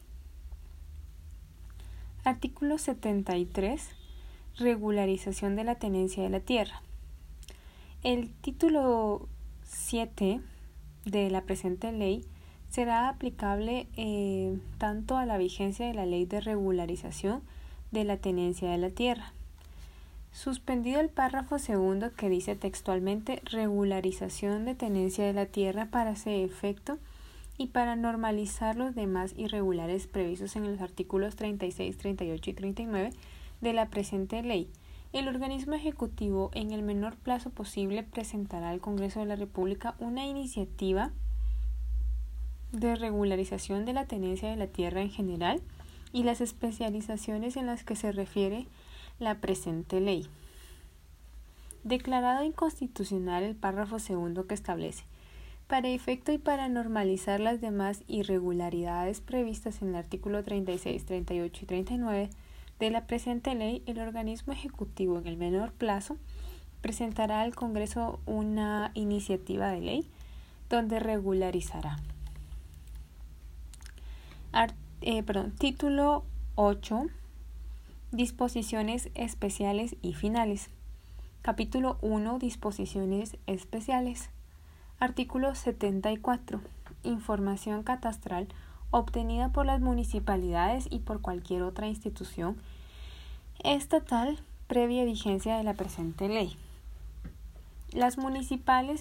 Artículo 73. Regularización de la tenencia de la tierra. El título 7 de la presente ley será aplicable tanto a la vigencia de la Ley de Regularización de la Tenencia de la Tierra. Suspendido el párrafo segundo que dice textualmente regularización de tenencia de la tierra para ese efecto y para normalizar los demás irregulares previstos en los artículos 36, 38 y 39 de la presente ley. El organismo ejecutivo en el menor plazo posible presentará al Congreso de la República una iniciativa de regularización de la tenencia de la tierra en general y las especializaciones en las que se refiere la presente ley. Declarado inconstitucional el párrafo segundo que establece, para efecto y para normalizar las demás irregularidades previstas en el artículo 36, 38 y 39 de la presente ley, el organismo ejecutivo en el menor plazo presentará al Congreso una iniciativa de ley donde regularizará. Título 8. Disposiciones especiales y finales. Capítulo 1. Disposiciones especiales. Artículo 74. Información catastral obtenida por las municipalidades y por cualquier otra institución estatal previa vigencia de la presente ley. Las municipalidades,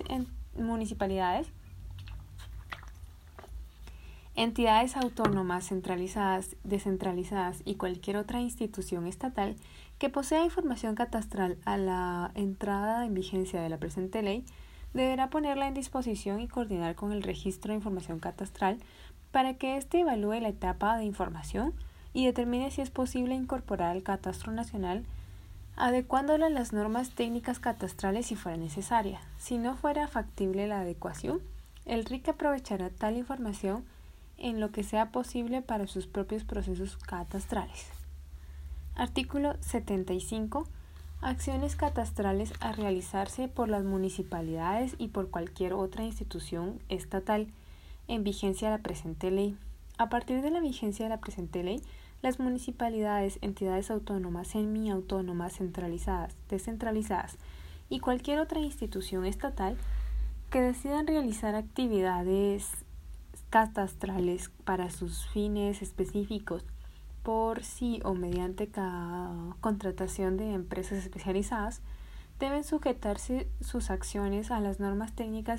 entidades autónomas centralizadas, descentralizadas y cualquier otra institución estatal que posea información catastral a la entrada en vigencia de la presente ley deberá ponerla en disposición y coordinar con el registro de información catastral para que éste evalúe la etapa de información y determine si es posible incorporar al catastro nacional adecuándola a las normas técnicas catastrales si fuera necesaria. Si no fuera factible la adecuación, el RIC aprovechará tal información en lo que sea posible para sus propios procesos catastrales. Artículo 75. Acciones catastrales a realizarse por las municipalidades y por cualquier otra institución estatal en vigencia de la presente ley. A partir de la vigencia de la presente ley, las municipalidades, entidades autónomas, semiautónomas, centralizadas, descentralizadas y cualquier otra institución estatal que decidan realizar actividades catastrales para sus fines específicos por sí o mediante contratación de empresas especializadas, deben sujetarse sus acciones a las normas técnicas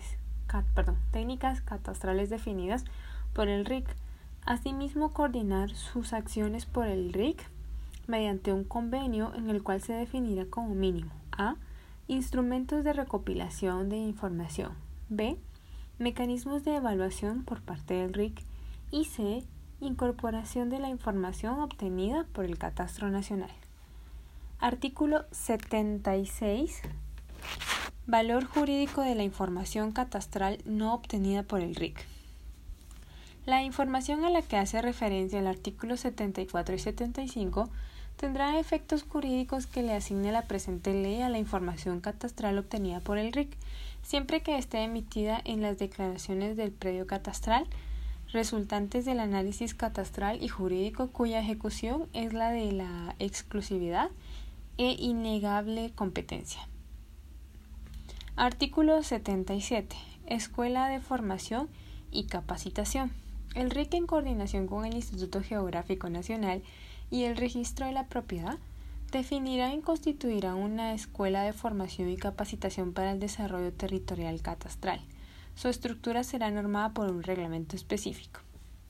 catastrales definidas por el RIC. Asimismo, coordinar sus acciones por el RIC mediante un convenio en el cual se definirá como mínimo a. Instrumentos de recopilación de información, b. Mecanismos de evaluación por parte del RIC y c. Incorporación de la información obtenida por el Catastro Nacional. Artículo 76. Valor jurídico de la información catastral no obtenida por el RIC. La información a la que hace referencia el artículo 74 y 75 tendrá efectos jurídicos que le asigne la presente ley a la información catastral obtenida por el RIC, siempre que esté emitida en las declaraciones del predio catastral resultantes del análisis catastral y jurídico cuya ejecución es la de la exclusividad e innegable competencia. Artículo 77. Escuela de Formación y Capacitación. El RIC, en coordinación con el Instituto Geográfico Nacional y el Registro de la Propiedad, definirá y constituirá una escuela de formación y capacitación para el desarrollo territorial catastral. Su estructura será normada por un reglamento específico.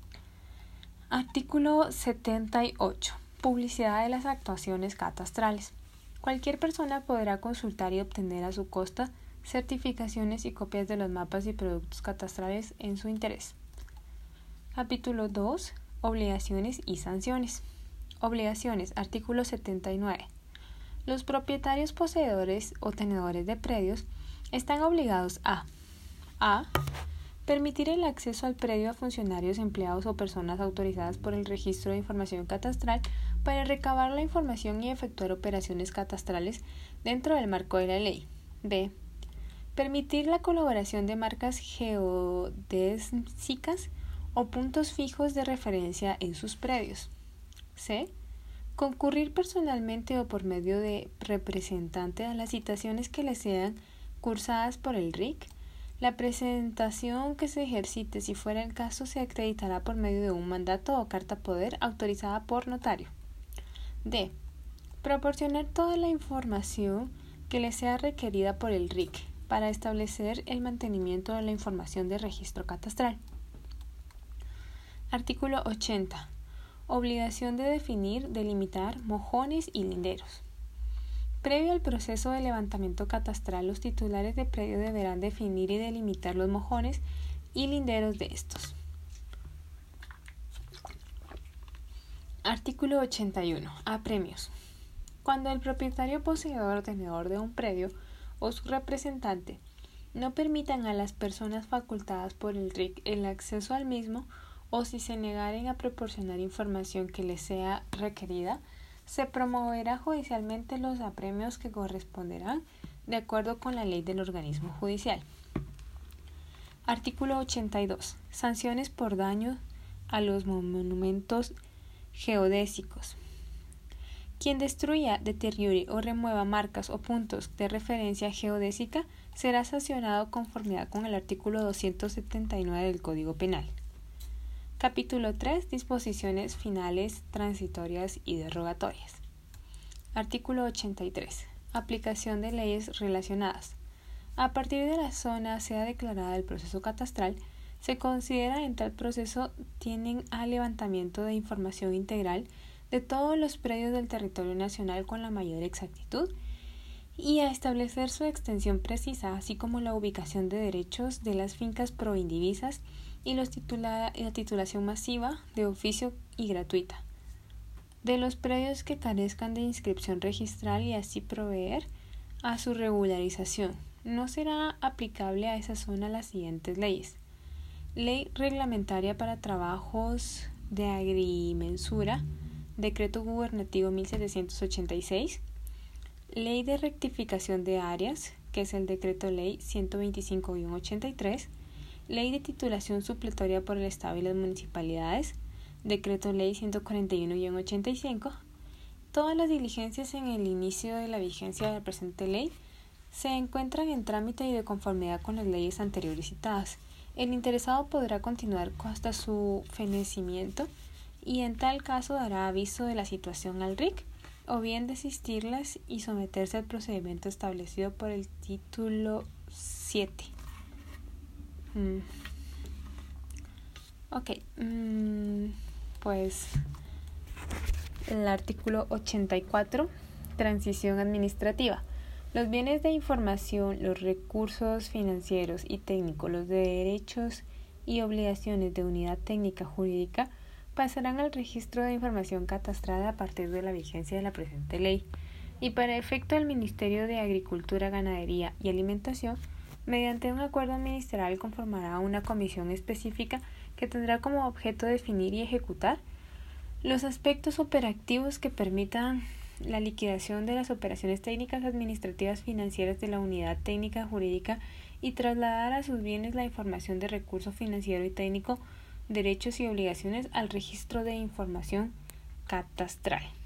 Artículo 78. Publicidad de las actuaciones catastrales. Cualquier persona podrá consultar y obtener a su costa certificaciones y copias de los mapas y productos catastrales en su interés. Capítulo 2. Obligaciones y sanciones. Obligaciones. Artículo 79. Los propietarios, poseedores o tenedores de predios están obligados a permitir el acceso al predio a funcionarios, empleados o personas autorizadas por el Registro de Información Catastral para recabar la información y efectuar operaciones catastrales dentro del marco de la ley. B. Permitir la colaboración de marcas geodésicas o puntos fijos de referencia en sus predios. C. Concurrir personalmente o por medio de representante a las citaciones que le sean cursadas por el RIC, La presentación que se ejercite, si fuera el caso, se acreditará por medio de un mandato o carta poder autorizada por notario. D. Proporcionar toda la información que le sea requerida por el RIC para establecer el mantenimiento de la información de registro catastral. Artículo 80. Obligación de definir, delimitar mojones y linderos. Previo al proceso de levantamiento catastral, los titulares de predio deberán definir y delimitar los mojones y linderos de estos. Artículo 81. Apremios. Cuando el propietario poseedor o tenedor de un predio o su representante no permitan a las personas facultadas por el RIC el acceso al mismo, o si se negaren a proporcionar información que les sea requerida, se promoverá judicialmente los apremios que corresponderán de acuerdo con la ley del organismo judicial. Artículo 82. Sanciones por daño a los monumentos geodésicos. Quien destruya, deteriore o remueva marcas o puntos de referencia geodésica será sancionado conforme con el artículo 279 del Código Penal. Capítulo 3. Disposiciones finales, transitorias y derogatorias. Artículo 83. Aplicación de leyes relacionadas. A partir de la zona sea declarada el proceso catastral, se considera en tal proceso tienen al levantamiento de información integral de todos los predios del territorio nacional con la mayor exactitud y a establecer su extensión precisa, así como la ubicación de derechos de las fincas proindivisas y la titulación masiva, de oficio y gratuita, de los predios que carezcan de inscripción registral y así proveer a su regularización. No será aplicable a esa zona las siguientes leyes: Ley reglamentaria para trabajos de agrimensura, Decreto Gubernativo 1786, Ley de rectificación de áreas, que es el Decreto Ley 125-83, Ley de titulación supletoria por el Estado y las municipalidades, Decreto Ley 141-85. Todas las diligencias en el inicio de la vigencia de la presente ley se encuentran en trámite y de conformidad con las leyes anteriores citadas. El interesado podrá continuar hasta su fenecimiento y en tal caso dará aviso de la situación al RIC o bien desistirlas y someterse al procedimiento establecido por el título 7. Pues el artículo 84, transición administrativa. Los bienes de información, los recursos financieros y técnicos, los derechos y obligaciones de unidad técnica jurídica pasarán al registro de información catastral a partir de la vigencia de la presente ley y para efecto del Ministerio de Agricultura, Ganadería y Alimentación, mediante un acuerdo ministerial conformará una comisión específica que tendrá como objeto definir y ejecutar los aspectos operativos que permitan la liquidación de las operaciones técnicas, administrativas, financieras de la unidad técnica jurídica y trasladar a sus bienes la información de recurso financiero y técnico, derechos y obligaciones al registro de información catastral.